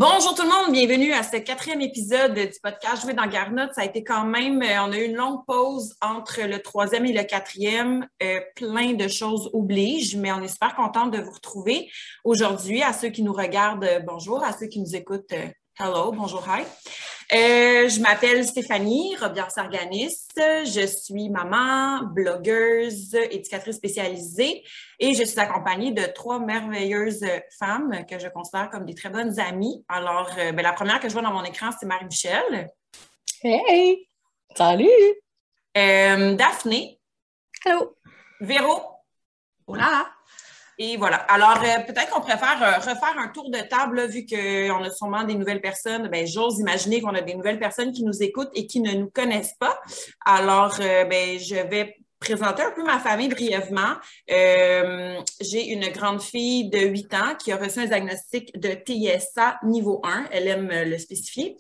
Bonjour tout le monde, bienvenue à ce 4e épisode du podcast Jouer dans Garnotte. Ça a été quand même, on a eu une longue pause entre le 3e et le 4e. Plein de choses obligent, mais on est super contents de vous retrouver aujourd'hui. À ceux qui nous regardent, bonjour. À ceux qui nous écoutent, hello, bonjour, hi. Je m'appelle Stéphanie Robillard-Sarganis. Je suis maman, blogueuse, éducatrice spécialisée et je suis accompagnée de 3 merveilleuses femmes que je considère comme des très bonnes amies. Alors, la première que je vois dans mon écran, c'est Marie-Michel. Hey! Salut! Daphné. Hello! Véro. Hola! Et voilà. Alors, peut-être qu'on préfère refaire un tour de table, là, vu qu'on a sûrement des nouvelles personnes. J'ose imaginer qu'on a des nouvelles personnes qui nous écoutent et qui ne nous connaissent pas. Alors, je vais présenter un peu ma famille brièvement. J'ai une grande fille de 8 ans qui a reçu un diagnostic de TISA niveau 1. Elle aime le spécifier.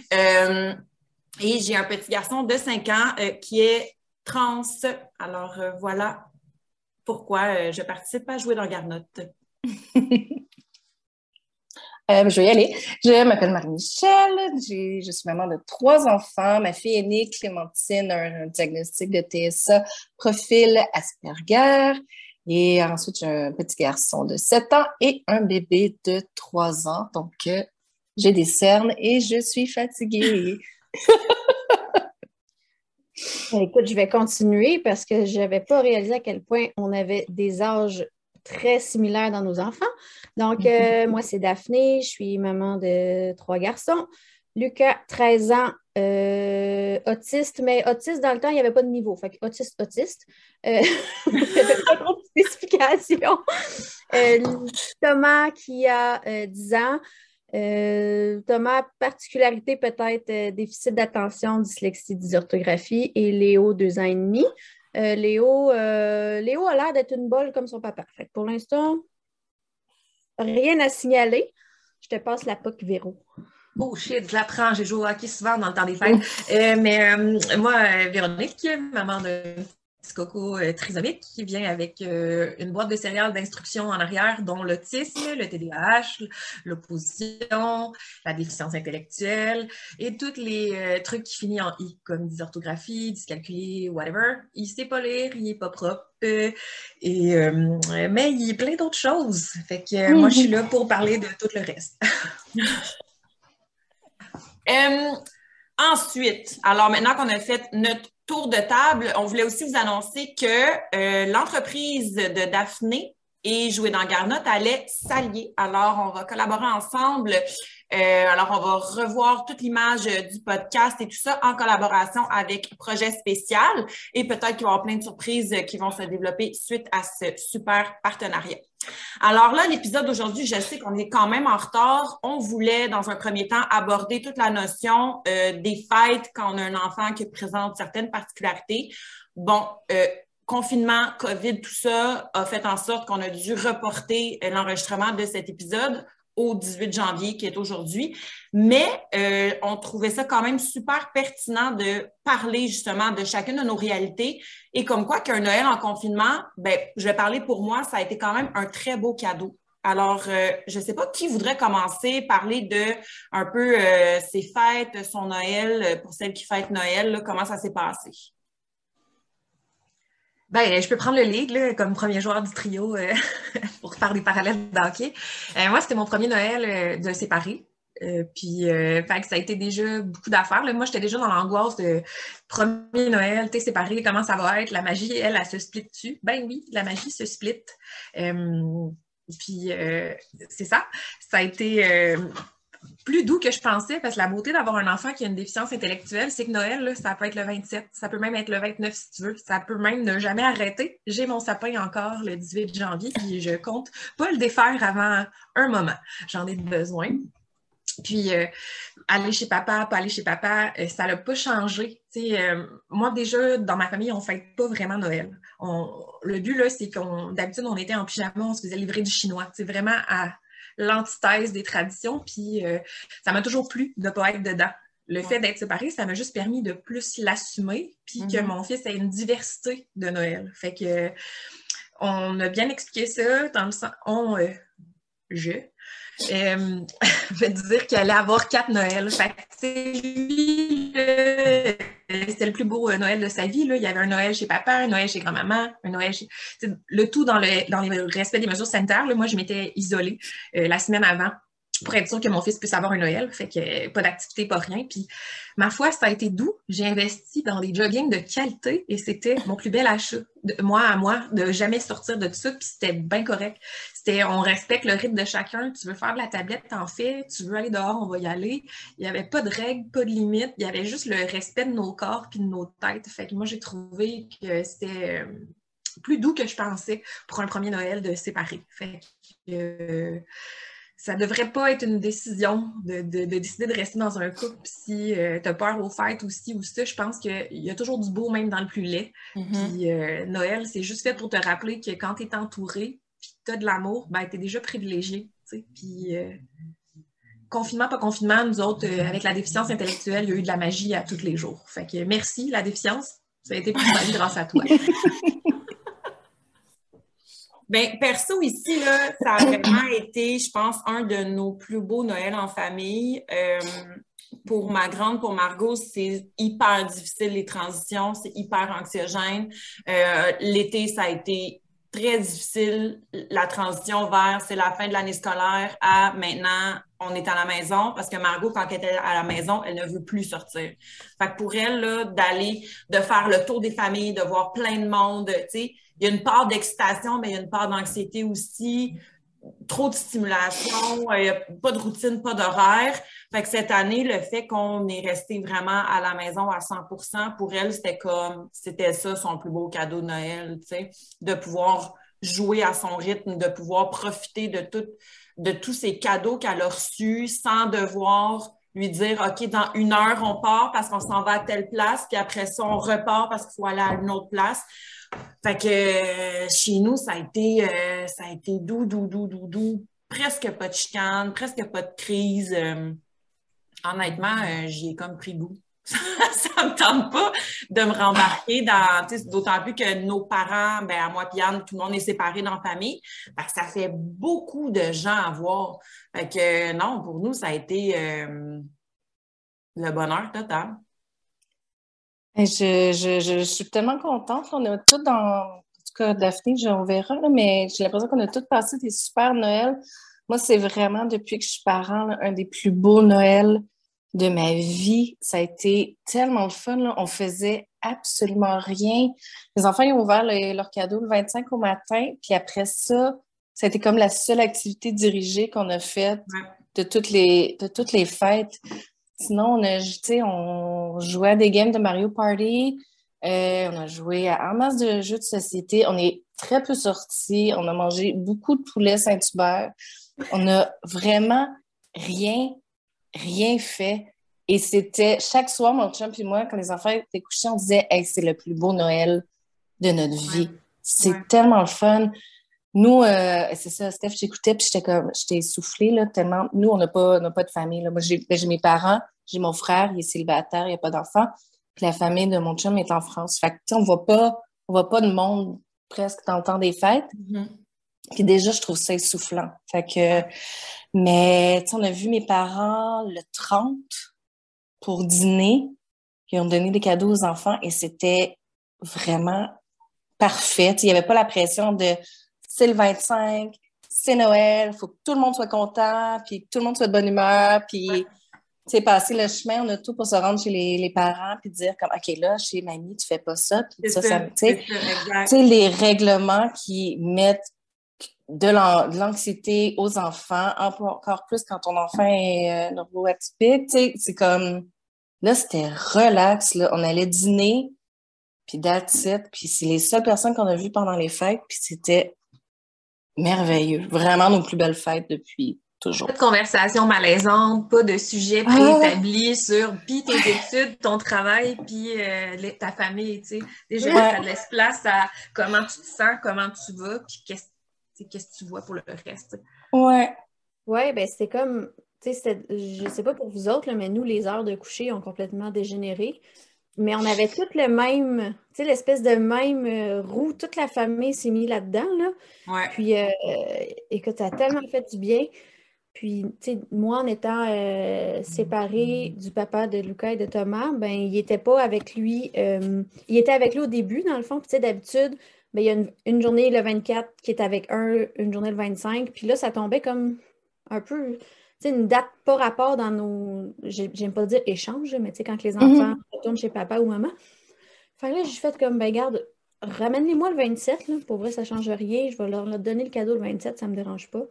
Et j'ai un petit garçon de 5 ans qui est trans. Alors, voilà pourquoi je participe à Jouer dans Garnotte. Je vais y aller. Je m'appelle Marie-Michel. Je suis maman de 3 enfants. Ma fille aînée, Clémentine, a un diagnostic de TSA, profil Asperger. Et ensuite, j'ai un petit garçon de 7 ans et un bébé de 3 ans. Donc, j'ai des cernes et je suis fatiguée. Écoute, je vais continuer parce que je n'avais pas réalisé à quel point on avait des âges très similaires dans nos enfants. Donc, moi, c'est Daphné, je suis maman de 3 garçons. Lucas, 13 ans, autiste, mais autiste, dans le temps, il n'y avait pas de niveau. Fait que autiste. Il n'y avait pas trop de spécifications. Thomas, qui a 10 ans. Thomas, particularité peut-être déficit d'attention, dyslexie, dysorthographie, et Léo, 2 ans et demi. Léo a l'air d'être une bolle comme son papa. Fait que pour l'instant, rien à signaler. Je te passe la POC, Véro. Oh shit, je l'apprends, j'ai joué au hockey souvent dans le temps des fêtes. Moi, Véronique, maman de petit coco trisomique, qui vient avec une boîte de céréales d'instruction en arrière, dont l'autisme, le TDAH, l'opposition, la déficience intellectuelle et tous les trucs qui finissent en I, comme dysorthographie, dyscalculie, whatever. Il sait pas lire, il est pas propre, mais il est plein d'autres choses. Fait que moi, je suis là pour parler de tout le reste. Ensuite, alors maintenant qu'on a fait notre tour de table, on voulait aussi vous annoncer que l'entreprise de Daphné et Jouer dans Garnotte allait s'allier. Alors, on va collaborer ensemble. Alors, on va revoir toute l'image du podcast et tout ça en collaboration avec Projet Spécial et peut-être qu'il va y avoir plein de surprises qui vont se développer suite à ce super partenariat. Alors là, l'épisode d'aujourd'hui, je sais qu'on est quand même en retard. On voulait, dans un premier temps, aborder toute la notion des fêtes quand on a un enfant qui présente certaines particularités. Bon, confinement, COVID, tout ça a fait en sorte qu'on a dû reporter l'enregistrement de cet épisode au 18 janvier, qui est aujourd'hui. Mais on trouvait ça quand même super pertinent de parler justement de chacune de nos réalités. Et comme quoi qu'un Noël en confinement, je vais parler pour moi, ça a été quand même un très beau cadeau. Alors, je ne sais pas qui voudrait commencer, parler de un peu ses fêtes, son Noël, pour celles qui fêtent Noël, là, comment ça s'est passé? Je peux prendre le lead là, comme premier joueur du trio pour faire des parallèles d'hockey. Moi, c'était mon premier Noël de séparé. Fait que ça a été déjà beaucoup d'affaires. Là. Moi, j'étais déjà dans l'angoisse de premier Noël, t'es séparé, comment ça va être? La magie, elle se split dessus. Ben oui, la magie se split. C'est ça. Ça a été plus doux que je pensais, parce que la beauté d'avoir un enfant qui a une déficience intellectuelle, c'est que Noël, là, ça peut être le 27, ça peut même être le 29 si tu veux, ça peut même ne jamais arrêter. J'ai mon sapin encore le 18 janvier, puis je compte pas le défaire avant un moment. J'en ai besoin. Puis, aller chez papa, pas aller chez papa, ça n'a pas changé. Moi, déjà, dans ma famille, on ne fête pas vraiment Noël. Le but, là, c'est d'habitude, on était en pyjama, on se faisait livrer du chinois. C'est vraiment à l'antithèse des traditions, puis ça m'a toujours plu de ne pas être dedans. Le fait d'être séparé, ça m'a juste permis de plus l'assumer, puis que mon fils ait une diversité de Noël. Fait que on a bien expliqué ça dans le sens... me dire qu'il allait avoir 4 Noëls. Fait que, c'est lui, c'était le plus beau Noël de sa vie. Là. Il y avait un Noël chez papa, un Noël chez grand-maman, un Noël chez... Le tout dans le respect des mesures sanitaires. Là. Moi, je m'étais isolée la semaine avant pour être sûre que mon fils puisse avoir un Noël. Fait que pas d'activité, pas rien. Puis, ma foi, ça a été doux. J'ai investi dans des joggings de qualité et c'était mon plus bel achat, moi à moi, de jamais sortir de tout ça. Puis, c'était bien correct. On respecte le rythme de chacun. Tu veux faire de la tablette, t'en fais. Tu veux aller dehors, on va y aller. Il n'y avait pas de règles, pas de limites. Il y avait juste le respect de nos corps puis de nos têtes. Fait que moi, j'ai trouvé que c'était plus doux que je pensais pour un premier Noël de séparer. Fait que... ça ne devrait pas être une décision de décider de rester dans un couple si tu as peur aux fêtes ou ci ou ça. Je pense qu'il y a toujours du beau même dans le plus laid. Puis Noël, c'est juste fait pour te rappeler que quand tu es entouré puis que tu as de l'amour, ben, tu es déjà privilégié. Puis confinement, pas confinement, nous autres, avec la déficience intellectuelle, il y a eu de la magie à tous les jours. Fait que merci, la déficience. Ça a été plus mal grâce à toi. Bien, perso, ici, là, ça a vraiment été, je pense, un de nos plus beaux Noëls en famille. Pour ma grande, pour Margot, c'est hyper difficile, les transitions, c'est hyper anxiogène. L'été, ça a été très difficile, la transition vers c'est la fin de l'année scolaire à maintenant, on est à la maison, parce que Margot, quand elle était à la maison, elle ne veut plus sortir. Fait que pour elle, là, de faire le tour des familles, de voir plein de monde, tu sais, il y a une part d'excitation, mais il y a une part d'anxiété aussi. Trop de stimulation, il n'y a pas de routine, pas d'horaire. Fait que cette année, le fait qu'on est resté vraiment à la maison à 100%, pour elle, c'était ça son plus beau cadeau de Noël, tu sais, de pouvoir jouer à son rythme, de pouvoir profiter de tous ces cadeaux qu'elle a reçus sans devoir lui dire, OK, dans 1 heure, on part parce qu'on s'en va à telle place, puis après ça, on repart parce qu'il faut aller à une autre place. Fait que chez nous, ça a été doux. Presque pas de chicane, presque pas de crise. Honnêtement, j'y ai comme pris goût. Ça me tente pas de me rembarquer d'autant plus que nos parents, ben à moi et Anne, tout le monde est séparé dans la famille. Fait que ça fait beaucoup de gens à voir. Fait que non, pour nous, ça a été le bonheur total. Je suis tellement contente. On a tous en tout cas, Daphné, on verra, là, mais j'ai l'impression qu'on a tous passé des super Noëls. Moi, c'est vraiment, depuis que je suis parent, là, un des plus beaux Noëls de ma vie. Ça a été tellement le fun, là. On faisait absolument rien. Les enfants, ils ont ouvert leurs cadeaux le 25 au matin, puis après ça a été comme la seule activité dirigée qu'on a faite de toutes les fêtes. Sinon, on jouait à des games de Mario Party, on a joué à en masse de jeux de société, on est très peu sortis, on a mangé beaucoup de poulet Saint-Hubert, on a vraiment rien fait. Et c'était chaque soir, mon chum et moi, quand les enfants étaient couchés, on disait « Hey, c'est le plus beau Noël de notre vie. » C'est tellement le fun. Nous, c'est ça, Steph, j'écoutais, puis j'étais essoufflée, là, tellement. Nous, on n'a pas de famille, là. Moi, j'ai mes parents, j'ai mon frère, il est célibataire, il n'y a pas d'enfant. Puis la famille de mon chum est en France. Fait que, tu sais, on voit pas de monde presque dans le temps des fêtes. Mm-hmm. Puis déjà, je trouve ça essoufflant. Fait que, mais, tu sais, on a vu mes parents le 30 pour dîner, puis ils ont donné des cadeaux aux enfants et c'était vraiment parfait. Tu sais, il n'y avait pas la pression de c'est le 25, c'est Noël, il faut que tout le monde soit content, puis que tout le monde soit de bonne humeur, puis, tu sais, passer le chemin, on a tout pour se rendre chez les parents, puis dire comme, OK, là, chez mamie, tu fais pas ça, puis ça, tu sais, les règlements qui mettent de l'anxiété aux enfants, encore plus quand ton enfant est neuroatypique, tu sais, c'est comme, là, c'était relax, là, on allait dîner, puis that's it, puis c'est les seules personnes qu'on a vues pendant les fêtes, puis c'était merveilleux. Vraiment nos plus belles fêtes depuis toujours. Pas de conversation malaisante, pas de sujet préétabli sur puis tes études, ton travail, puis ta famille, tu sais. Déjà, ça te laisse place à comment tu te sens, comment tu vas, puis qu'est-ce que tu vois pour le reste. Ouais. Ouais, ben c'était comme, tu sais, je sais pas pour vous autres, là, mais nous, les heures de coucher ont complètement dégénéré. Mais on avait tout le même, tu sais, l'espèce de même roue, toute la famille s'est mise là-dedans, là. Ouais. Puis, écoute, ça a tellement fait du bien. Puis, tu sais, moi, en étant séparée du papa de Lucas et de Thomas, ben, il n'était pas avec lui. Il était avec lui au début, dans le fond. Puis, tu sais, d'habitude, ben, il y a une journée le 24 qui est avec une journée le 25. Puis là, ça tombait comme un peu, tu sais, une date pas rapport dans nos, j'aime pas dire échange, mais tu sais, quand les enfants retournent chez papa ou maman. Fait que là, j'ai fait comme, ben, garde, ramène-les-moi le 27, là. Pour vrai, ça change rien. Je vais leur donner le cadeau le 27, ça me dérange pas.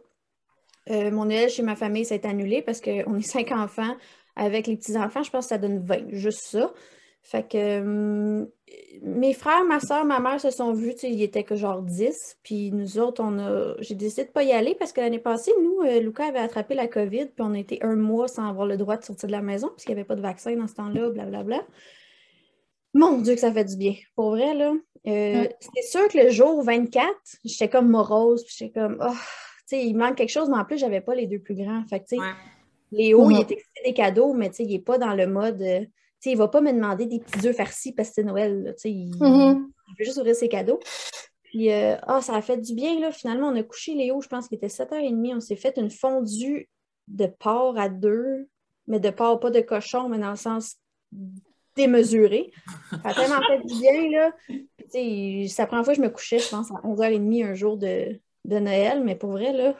Mon Noël chez ma famille, ça a été annulé parce qu'on est 5 enfants. Avec les petits-enfants, je pense que ça donne 20, juste ça. Fait que mes frères, ma soeur, ma mère se sont vus, ils étaient que genre 10. Puis nous autres, j'ai décidé de ne pas y aller parce que l'année passée, nous, Lucas avait attrapé la COVID, puis on a été 1 mois sans avoir le droit de sortir de la maison parce qu'il n'y avait pas de vaccin dans ce temps-là, blablabla. Mon Dieu, que ça fait du bien. Pour vrai, là. C'est sûr que le jour 24, j'étais comme morose, puis j'étais comme, oh, tu sais, il manque quelque chose, mais en plus, j'avais pas les 2 plus grands. Fait que, tu sais, Léo, il est excité des cadeaux, mais tu sais, il n'est pas dans le mode, tu sais, il va pas me demander des petits œufs farcis parce que c'est Noël, là, tu sais, il veut juste ouvrir ses cadeaux. Puis, ça a fait du bien, là. Finalement, on a couché Léo, je pense qu'il était 7h30. On s'est fait une fondue de porc à 2, mais de porc, pas de cochon, mais dans le sens démesuré. Ça a tellement fait du bien, là. Puis, tu sais, c'est la première fois que je me couchais, je pense, à 11h30 un jour de Noël, mais pour vrai, là,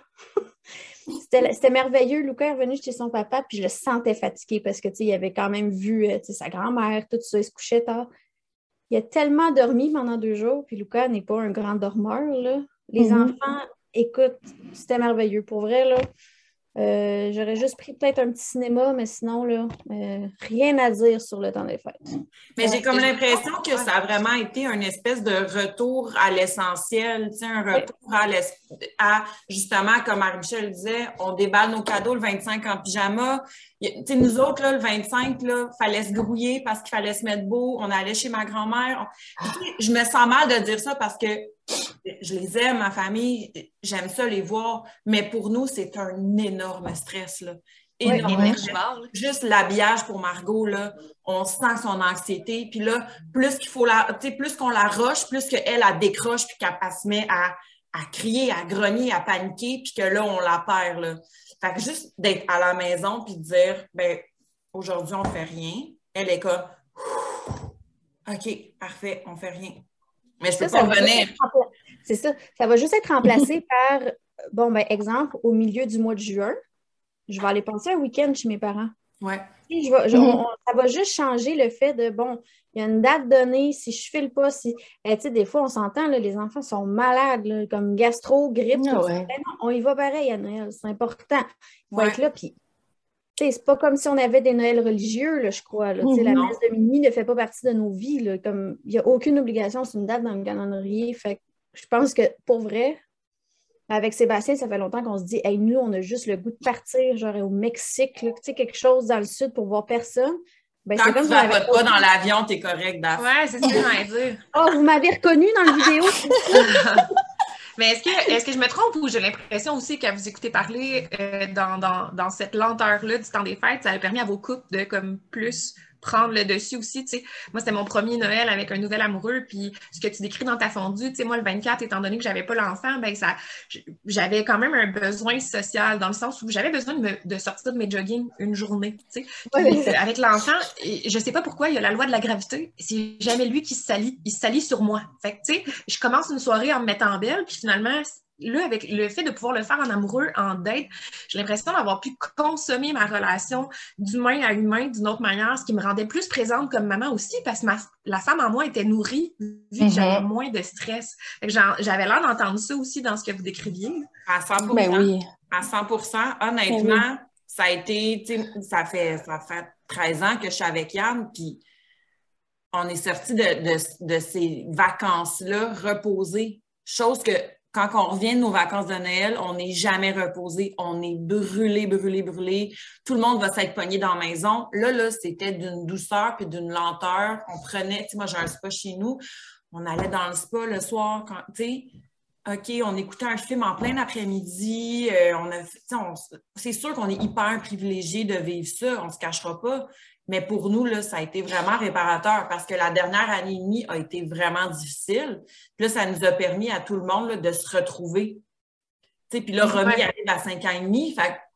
c'était merveilleux. Lucas est revenu chez son papa, puis je le sentais fatigué parce que, tu sais, il avait quand même vu sa grand-mère, tout ça, il se couchait tard. Il a tellement dormi pendant 2 jours, puis Lucas n'est pas un grand dormeur, là. Les enfants, écoute, c'était merveilleux. Pour vrai, là, j'aurais juste pris peut-être un petit cinéma, mais sinon, là, rien à dire sur le temps des fêtes. Mais j'ai comme l'impression que ça a vraiment été une espèce de retour à l'essentiel, tu sais, un retour à justement, comme Marie-Michel disait, on déballe nos cadeaux le 25 en pyjama. Tu sais, nous autres, là, le 25, il fallait se grouiller parce qu'il fallait se mettre beau. On allait chez ma grand-mère. Tu sais, je me sens mal de dire ça parce que je les aime, ma famille, j'aime ça les voir, mais pour nous, c'est un énorme stress, là. Énorme. Juste l'habillage pour Margot, là, on sent son anxiété, puis là, plus qu'il faut plus qu'on la roche, plus qu'elle, elle décroche, puis qu'elle se met à crier, à grogner, à paniquer, puis que là, on la perd, là. Fait que juste d'être à la maison, puis de dire, ben, aujourd'hui, on fait rien. Elle est comme, OK, parfait, on fait rien. Mais je peux pas revenir. C'est ça. Ça va juste être remplacé par, bon, ben, exemple, au milieu du mois de juin, je vais aller passer un week-end chez mes parents. Ouais. Ça va juste changer le fait de, bon, il y a une date donnée, si je file pas, tu sais, des fois, on s'entend, là, les enfants sont malades, là, comme gastro, grippe, on y va pareil à Noël, c'est important. Il faut être là, puis, tu sais, c'est pas comme si on avait des Noëls religieux, là, je crois, là, tu sais, la messe de minuit ne fait pas partie de nos vies, là, comme, il n'y a aucune obligation, c'est une date dans le calendrier, fait que je pense que, pour vrai, avec Sébastien, ça fait longtemps qu'on se dit, hey, nous, on a juste le goût de partir, genre au Mexique, là, tu sais, quelque chose dans le sud pour voir personne. Ben, tant que tu ne pas dans l'avion, t'es correct, Daph. Ouais, c'est ce que je voulais dire. Oh, vous m'avez reconnu dans la vidéo. Mais est-ce que je me trompe ou j'ai l'impression aussi qu'à vous écouter parler dans cette lenteur-là du temps des fêtes, ça a permis à vos couples de comme plus prendre le dessus aussi, tu sais. Moi, c'était mon premier Noël avec un nouvel amoureux, puis ce que tu décris dans ta fondue, tu sais, moi, le 24, étant donné que j'avais pas l'enfant, ben j'avais quand même un besoin social, dans le sens où j'avais besoin de sortir de mes joggings une journée, tu sais. Puis, avec l'enfant, je sais pas pourquoi, il y a la loi de la gravité, c'est jamais lui qui se salit, il se salit sur moi. Fait que, tu sais, je commence une soirée en me mettant belle, puis finalement, là, avec le fait de pouvoir le faire en amoureux, en date, j'ai l'impression d'avoir pu consommer ma relation d'humain à humain d'une autre manière, ce qui me rendait plus présente comme maman aussi, parce que la femme en moi était nourrie, vu que j'avais moins de stress. J'avais l'air d'entendre ça aussi dans ce que vous décriviez. À 100%. Ben oui. À 100%. Honnêtement, ça a été, tu sais, ça fait 13 ans que je suis avec Yann, puis on est sorti de ces vacances-là reposées. Chose que quand on revient de nos vacances de Noël, on n'est jamais reposé. On est brûlé. Tout le monde va s'être pogné dans la maison. Là, c'était d'une douceur puis d'une lenteur. On prenait, tu sais, moi, j'ai un spa chez nous. On allait dans le spa le soir, tu sais, OK, on écoutait un film en plein après-midi. C'est sûr qu'on est hyper privilégiés de vivre ça. On ne se cachera pas. Mais pour nous, là, ça a été vraiment réparateur parce que la dernière année et demie a été vraiment difficile. Puis là, ça nous a permis à tout le monde là, de se retrouver. Puis là, Romy arrive à 5 ans et demi. Fait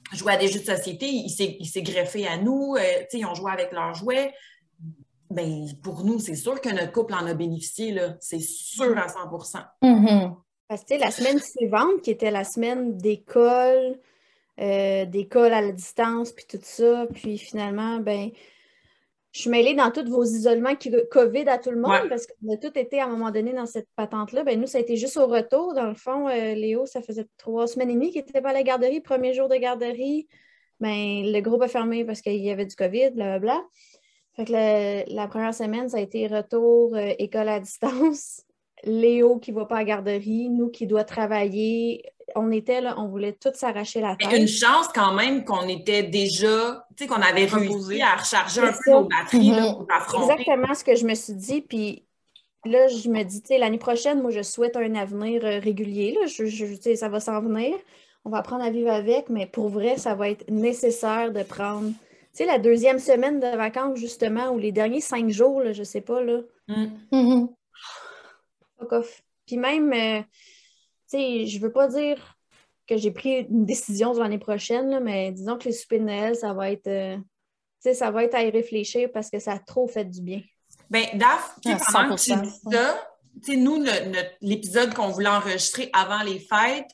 jouer à des jeux de société, il s'est greffé à nous, ils ont joué avec leurs jouets. Ben, pour nous, c'est sûr que notre couple en a bénéficié, là. C'est sûr à 100%. Mhm. Parce que la semaine suivante, qui était la semaine d'école à la distance, puis tout ça, puis finalement, ben, je suis mêlée dans tous vos isolements COVID à tout le monde, parce qu'on a tous été à un moment donné dans cette patente-là. Ben, nous, ça a été juste au retour. Dans le fond, Léo, ça faisait 3 semaines et demie qu'il était pas à la garderie. Premier jour de garderie, ben, le groupe a fermé parce qu'il y avait du COVID, blablabla. Fait que la première semaine, ça a été retour, école à distance. Léo qui ne va pas à la garderie, nous qui doit travailler. On était là, on voulait tous s'arracher la tête. Une chance quand même qu'on était déjà, tu sais, qu'on avait réussi à recharger un peu nos batteries là, pour affronter. Exactement ce que je me suis dit. Puis là, je me dis, tu sais, l'année prochaine, moi, je souhaite un avenir régulier. Là. Tu sais, ça va s'en venir. On va apprendre à vivre avec, mais pour vrai, ça va être nécessaire de prendre, tu sais, la 2e semaine de vacances, justement, ou les derniers 5 jours, là, je sais pas, là. Mhm. Fuck off. Puis même, tu sais, je veux pas dire que j'ai pris une décision sur l'année prochaine, là, mais disons que les soupers de Noël, ça va être, tu sais, ça va être à y réfléchir parce que ça a trop fait du bien. Bien, Daph, pendant que tu dis ça, tu sais, nous, l'épisode qu'on voulait enregistrer avant les fêtes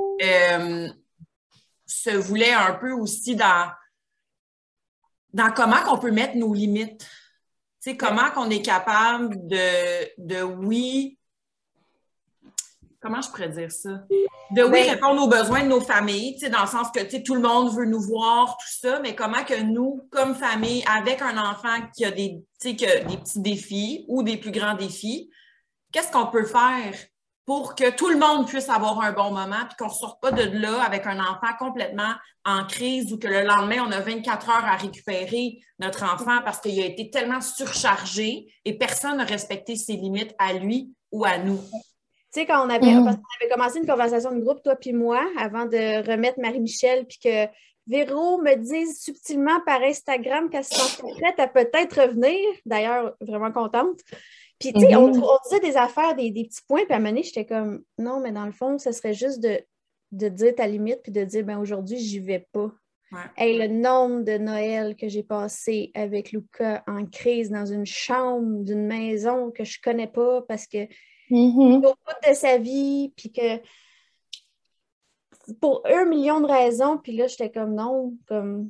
se voulait un peu aussi dans comment qu'on peut mettre nos limites. Tu sais, comment qu'on est capable oui... Comment je pourrais dire ça? Répondre aux besoins de nos familles, tu sais, dans le sens que, tu sais, tout le monde veut nous voir, tout ça, mais comment que nous, comme famille, avec un enfant qui a des petits défis ou des plus grands défis, qu'est-ce qu'on peut faire pour que tout le monde puisse avoir un bon moment puis qu'on ne sorte pas de là avec un enfant complètement en crise ou que le lendemain, on a 24 heures à récupérer notre enfant parce qu'il a été tellement surchargé et personne n'a respecté ses limites à lui ou à nous. Tu sais, quand on avait, parce qu'on avait commencé une conversation de groupe, toi puis moi, avant de remettre Marie-Michel, puis que Véro me dise subtilement par Instagram qu'elle se sent prête à peut-être revenir. D'ailleurs, vraiment contente. Puis, tu sais, on disait des affaires, des petits points, puis à un moment donné, j'étais comme, non, mais dans le fond, ce serait juste de dire ta limite, puis de dire, ben aujourd'hui, j'y vais pas. Ouais. Hey, le nombre de Noël que j'ai passé avec Luca en crise dans une chambre d'une maison que je connais pas parce que au bout de sa vie, puis que pour 1 million de raisons, puis là, j'étais comme non, comme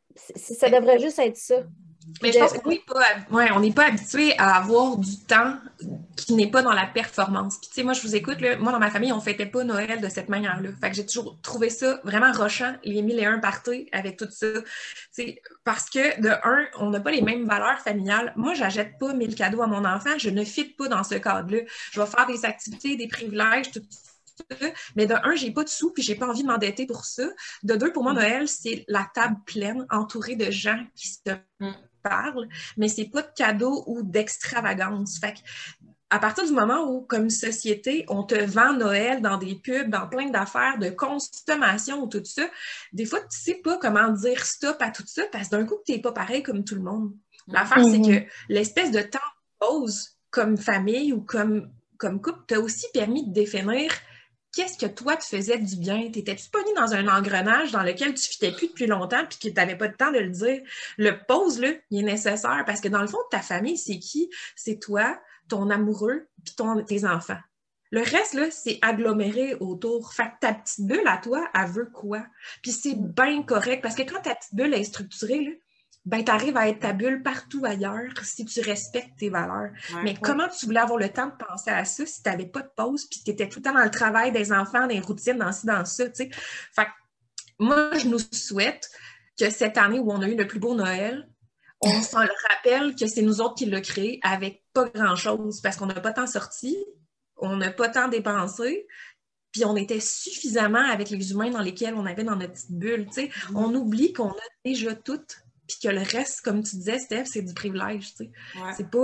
ça devrait juste être ça. Mais je pense qu'on n'est pas habitué à avoir du temps qui n'est pas dans la performance. Puis tu sais, moi, je vous écoute, là, moi, dans ma famille, on ne fêtait pas Noël de cette manière-là. Fait que j'ai toujours trouvé ça vraiment rochant, les 1001 parties avec tout ça. T'sais, parce que, de un, on n'a pas les mêmes valeurs familiales. Moi, je n'achète pas 1000 cadeaux à mon enfant. Je ne fit pas dans ce cadre-là. Je vais faire des activités, des privilèges, tout ça. Mais de un, j'ai pas de sous puis j'ai pas envie de m'endetter pour ça. De deux, pour moi, Noël, c'est la table pleine, entourée de gens qui se parlent, mais c'est pas de cadeaux ou d'extravagance. Fait que, à partir du moment où, comme société, on te vend Noël dans des pubs, dans plein d'affaires de consommation ou tout ça, des fois, tu sais pas comment dire stop à tout ça parce que d'un coup, t'es pas pareil comme tout le monde. L'affaire, c'est que l'espèce de temps de pause comme famille ou comme couple t'a aussi permis de définir qu'est-ce que toi, tu faisais du bien? T'étais-tu pogné dans un engrenage dans lequel tu fitais plus depuis longtemps puis que tu n'avais pas de temps de le dire? Le pause, là, il est nécessaire parce que dans le fond, ta famille, c'est qui? C'est toi, ton amoureux puis tes enfants. Le reste, là, c'est aggloméré autour. Fait que ta petite bulle à toi, elle veut quoi? Puis c'est bien correct parce que quand ta petite bulle est structurée, là, ben, tu arrives à être ta bulle partout ailleurs si tu respectes tes valeurs. Mais comment tu voulais avoir le temps de penser à ça si tu n'avais pas de pause puis que tu étais tout le temps dans le travail des enfants, des routines, dans ci, dans ça, tu sais? Fait que moi, je nous souhaite que cette année où on a eu le plus beau Noël, on s'en rappelle que c'est nous autres qui l'avons créé avec pas grand-chose parce qu'on n'a pas tant sorti, on n'a pas tant dépensé, puis on était suffisamment avec les humains dans lesquels on avait dans notre petite bulle, tu sais. On oublie qu'on a déjà toutes puis que le reste, comme tu disais, Steph, c'est du privilège, tu sais. Ouais. C'est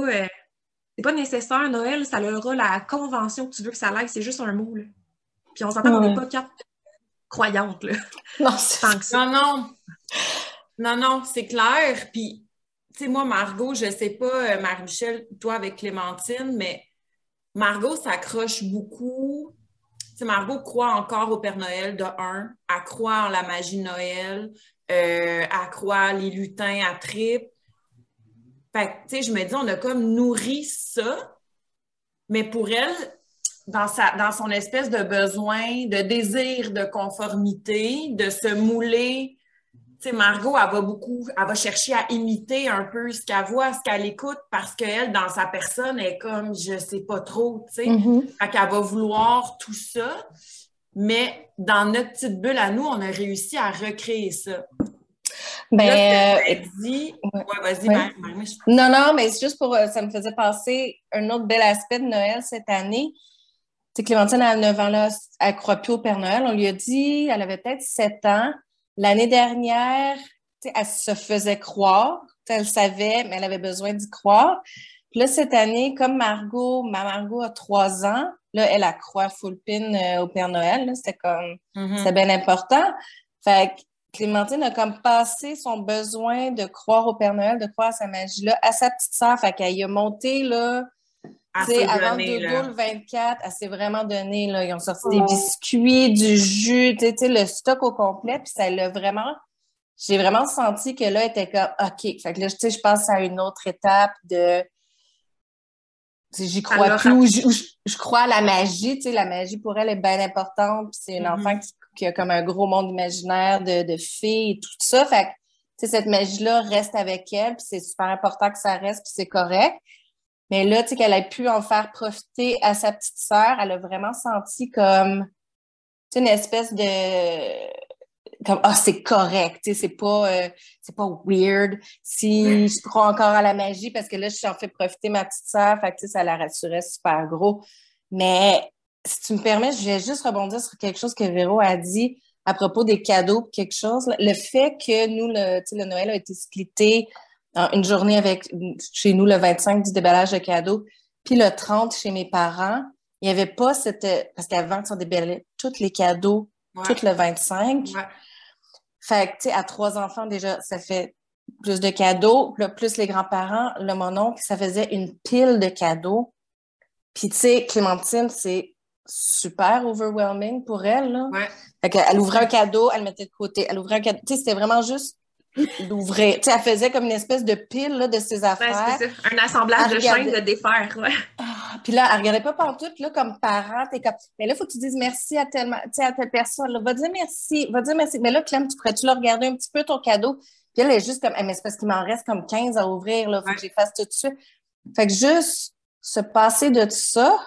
pas nécessaire, Noël, ça aura la convention que tu veux que ça aille, c'est juste un mot, là. Puis on s'entend qu'on n'est pas 4 croyantes, là. Non, non, c'est clair. Puis, tu sais, moi, Margot, je sais pas, Marie-Michel, toi avec Clémentine, mais Margot s'accroche beaucoup. Tu sais, Margot croit encore au Père Noël de un, elle croit en la magie de Noël, elle croit les lutins à tripes. Fait que, tu sais, je me dis, on a comme nourri ça, mais pour elle, dans son espèce de besoin, de désir de conformité, de se mouler. Tu sais, Margot, elle va chercher à imiter un peu ce qu'elle voit, ce qu'elle écoute, parce qu'elle, dans sa personne, elle est comme, je sais pas trop, tu sais. Fait qu'elle va vouloir tout ça, mais dans notre petite bulle à nous, on a réussi à recréer ça. Ben, là, dit... ouais. Ouais, vas-y, Ouais. Non, mais c'est juste pour... ça me faisait penser un autre bel aspect de Noël cette année. Tu sais, Clémentine, à 9 ans, là, elle croit plus au Père Noël. On lui a dit, elle avait peut-être 7 ans. L'année dernière, tu sais, elle se faisait croire. Elle savait, mais elle avait besoin d'y croire. Puis là, cette année, comme ma Margot a 3 ans, là, elle a croit full pin au Père Noël. Là, c'était comme... C'était bien important. Fait que Clémentine a comme passé son besoin de croire au Père Noël, de croire à sa magie-là, à sa petite sœur. Fait qu'elle y a monté, là, tu sais, avant dodo le 24, elle s'est vraiment donnée, là. Ils ont sorti des biscuits, du jus, tu sais, le stock au complet. Puis ça l'a vraiment... J'ai vraiment senti que là, elle était comme, OK. Fait que là, tu sais, je passe à une autre étape de... J'y crois plus, ou je crois à la magie, tu sais, la magie pour elle est bien importante, puis c'est une enfant qui a comme un gros monde imaginaire de fées et tout ça, fait que, tu sais, cette magie-là reste avec elle, puis c'est super important que ça reste, puis c'est correct, mais là, tu sais, qu'elle ait pu en faire profiter à sa petite sœur, elle a vraiment senti comme, tu sais, une espèce de... comme c'est correct, tu sais, c'est pas weird si je crois encore à la magie parce que là j'en fais profiter ma petite sœur, fait que tu sais, ça la rassurait super gros. Mais si tu me permets, je vais juste rebondir sur quelque chose que Véro a dit à propos des cadeaux, quelque chose, le fait que nous le Noël a été splitté en une journée avec chez nous le 25 du déballage de cadeaux, puis le 30 chez mes parents, il y avait pas parce qu'avant on déballait tous les cadeaux tout le 25. Ouais. Fait que, tu sais, à 3 enfants, déjà, ça fait plus de cadeaux. Là, plus les grands-parents, là, mon oncle, ça faisait une pile de cadeaux. Puis, tu sais, Clémentine, c'est super overwhelming pour elle, là. Ouais. Fait qu'elle ouvrait un cadeau, elle le mettait de côté. Elle ouvrait un cadeau. Tu sais, c'était vraiment juste d'ouvrir. Tu sais, elle faisait comme une espèce de pile, là, de ses affaires. Ouais, c'est ça. Un assemblage de chaînes de défaire, ouais. Puis là, elle regardait pas pantoute, là, comme parent, t'es comme, mais là, il faut que tu dises merci à telle personne, là. Va dire merci. Mais là, Clem, tu pourrais-tu le regarder un petit peu, ton cadeau? Puis elle est juste comme, mais c'est parce qu'il m'en reste comme 15 à ouvrir, là. Faut que j'y fasse tout de suite. Fait que juste se passer de tout ça,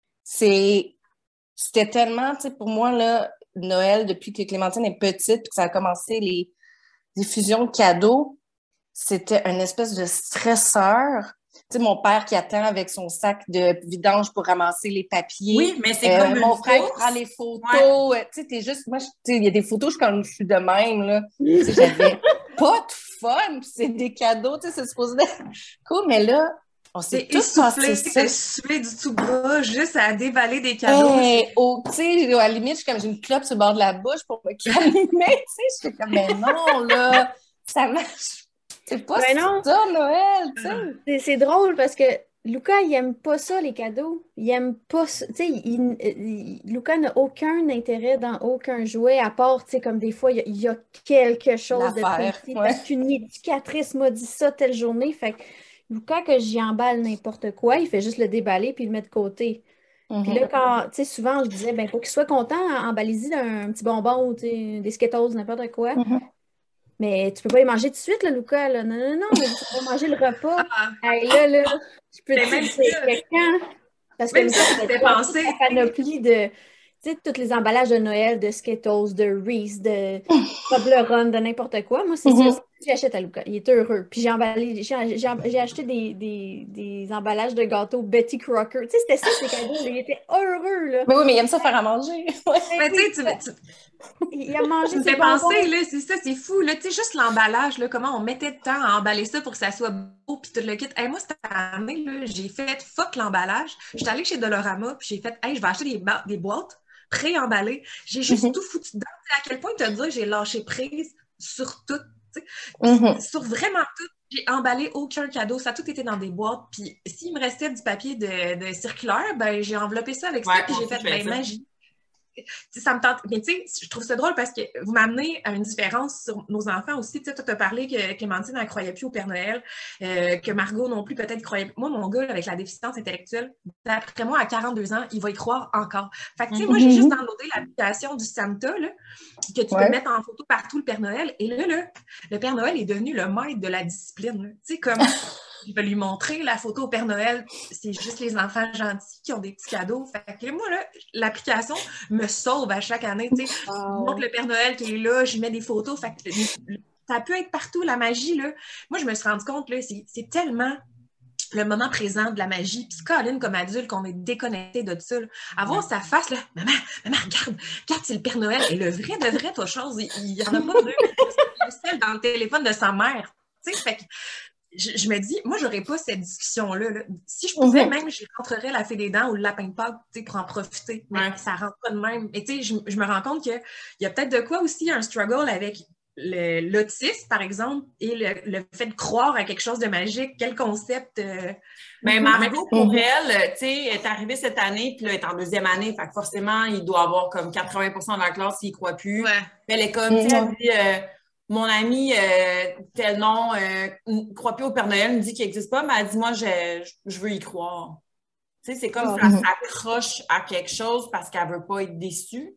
c'était tellement, tu sais, pour moi, là, Noël, depuis que Clémentine est petite, puis que ça a commencé les diffusions de cadeaux, c'était une espèce de stresseur. Tu sais, mon père qui attend avec son sac de vidange pour ramasser les papiers. Oui, mais c'est comme mon frère qui prend les photos. Ouais. Tu sais, t'es juste... Moi, tu sais, il y a des photos, je suis de même, là. Tu sais, j'avais pas de fun, puis c'est des cadeaux, tu sais, c'est supposé être cool, mais là, on s'est tous passé ça. C'est sué du tout bas, juste à déballer des cadeaux. Tu sais, à la limite, j'ai une clope sur le bord de la bouche pour me calmer, tu sais, j'étais comme, mais non, là, ça marche. C'est pas ça, Noël, tu sais. C'est drôle parce que Luca, il aime pas ça, les cadeaux. Il aime pas ça. Tu sais, Luca n'a aucun intérêt dans aucun jouet, à part, tu sais, comme des fois, il y a quelque chose de précis. Parce qu'une éducatrice m'a dit ça telle journée. Fait que Luca, que j'y emballe n'importe quoi, il fait juste le déballer puis le mettre de côté. Puis là, quand, tu sais, souvent, je disais, ben, faut qu'il soit content, emballer-y d'un petit bonbon, tu sais, des Skittles, n'importe quoi. Mais tu peux pas y manger tout de suite, là, Luca, là. Non, mais tu peux pas manger le repas. Hey, là, tu peux te dire quelqu'un. Parce que ça, c'était pensé. La panoplie de, tu sais, tous les emballages de Noël, de Skittles, de Reese, de Toblerone, de n'importe quoi. Moi, c'est ça. J'achète à Luca. Il est heureux. Puis j'ai acheté des emballages de gâteaux Betty Crocker. Tu sais, c'était ça, ces cadeaux. Il était heureux, là. Mais oui, mais il aime ça faire à manger. Mais tu sais, il a mangé tu me fais penser, là, c'est ça, c'est fou, là, tu sais, juste l'emballage, là, comment on mettait de temps à emballer ça pour que ça soit beau, puis tout le kit. Hey, moi, cette année, là, j'ai fait fuck l'emballage. J'étais allée chez Dolorama, puis j'ai fait, hey, je vais acheter des boîtes pré-emballées. J'ai juste tout foutu dedans. À quel point te dire, j'ai lâché prise sur tout, tu sais, sur vraiment tout. J'ai emballé aucun cadeau, ça a tout été dans des boîtes, puis s'il me restait du papier de circulaire, ben j'ai enveloppé ça avec ça, puis j'ai fait, ben, magie. ça me tente. Mais tu sais, je trouve ça drôle parce que vous m'amenez à une différence sur nos enfants aussi. Tu sais, toi, tu as parlé que Clémentine, elle ne croyait plus au Père Noël, que Margot non plus, peut-être croyait. Moi, mon gars, avec la déficience intellectuelle, d'après moi, à 42 ans, il va y croire encore. Fait que, tu sais, moi, j'ai juste downloadé l'application du Santa, là, que tu peux mettre en photo partout le Père Noël. Et là, le Père Noël est devenu le maître de la discipline. Tu sais, comme je vais lui montrer la photo au Père Noël. C'est juste les enfants gentils qui ont des petits cadeaux. Fait que moi, là, l'application me sauve à chaque année. Tu sais, je montre le Père Noël qui est là, j'y mets des photos. Fait que ça peut être partout, la magie, là. Moi, je me suis rendu compte, là, c'est tellement le moment présent de la magie. Puis Colin, comme adulte, qu'on est déconnecté de ça. Là. Avoir sa face, là, maman, regarde, c'est le Père Noël. Et le vrai de vrai, toi, chose, il y en a pas deux. C'est celle dans le téléphone de sa mère. Tu sais, fait que je me dis, moi, j'aurais pas cette discussion-là. Là. Si je pouvais, même, je rentrerais la fée des dents ou le lapin de Pâques, tu sais, pour en profiter. Mais ça rentre pas de même. Et tu sais, je me rends compte qu'il y a peut-être de quoi aussi un struggle avec l'autisme, par exemple, et le fait de croire à quelque chose de magique. Quel concept... Mais Margot, pour elle, tu sais, est arrivée cette année, puis là, elle est en deuxième année, fait que forcément, il doit avoir comme 80% de la classe qui ne croit plus. Ouais. Elle est comme, tu sais, elle dit... mon ami, tel nom, ne croit plus au Père Noël, me dit qu'il n'existe pas, mais elle dit, moi, je veux y croire. Tu sais, c'est comme si elle s'accroche à quelque chose parce qu'elle ne veut pas être déçue.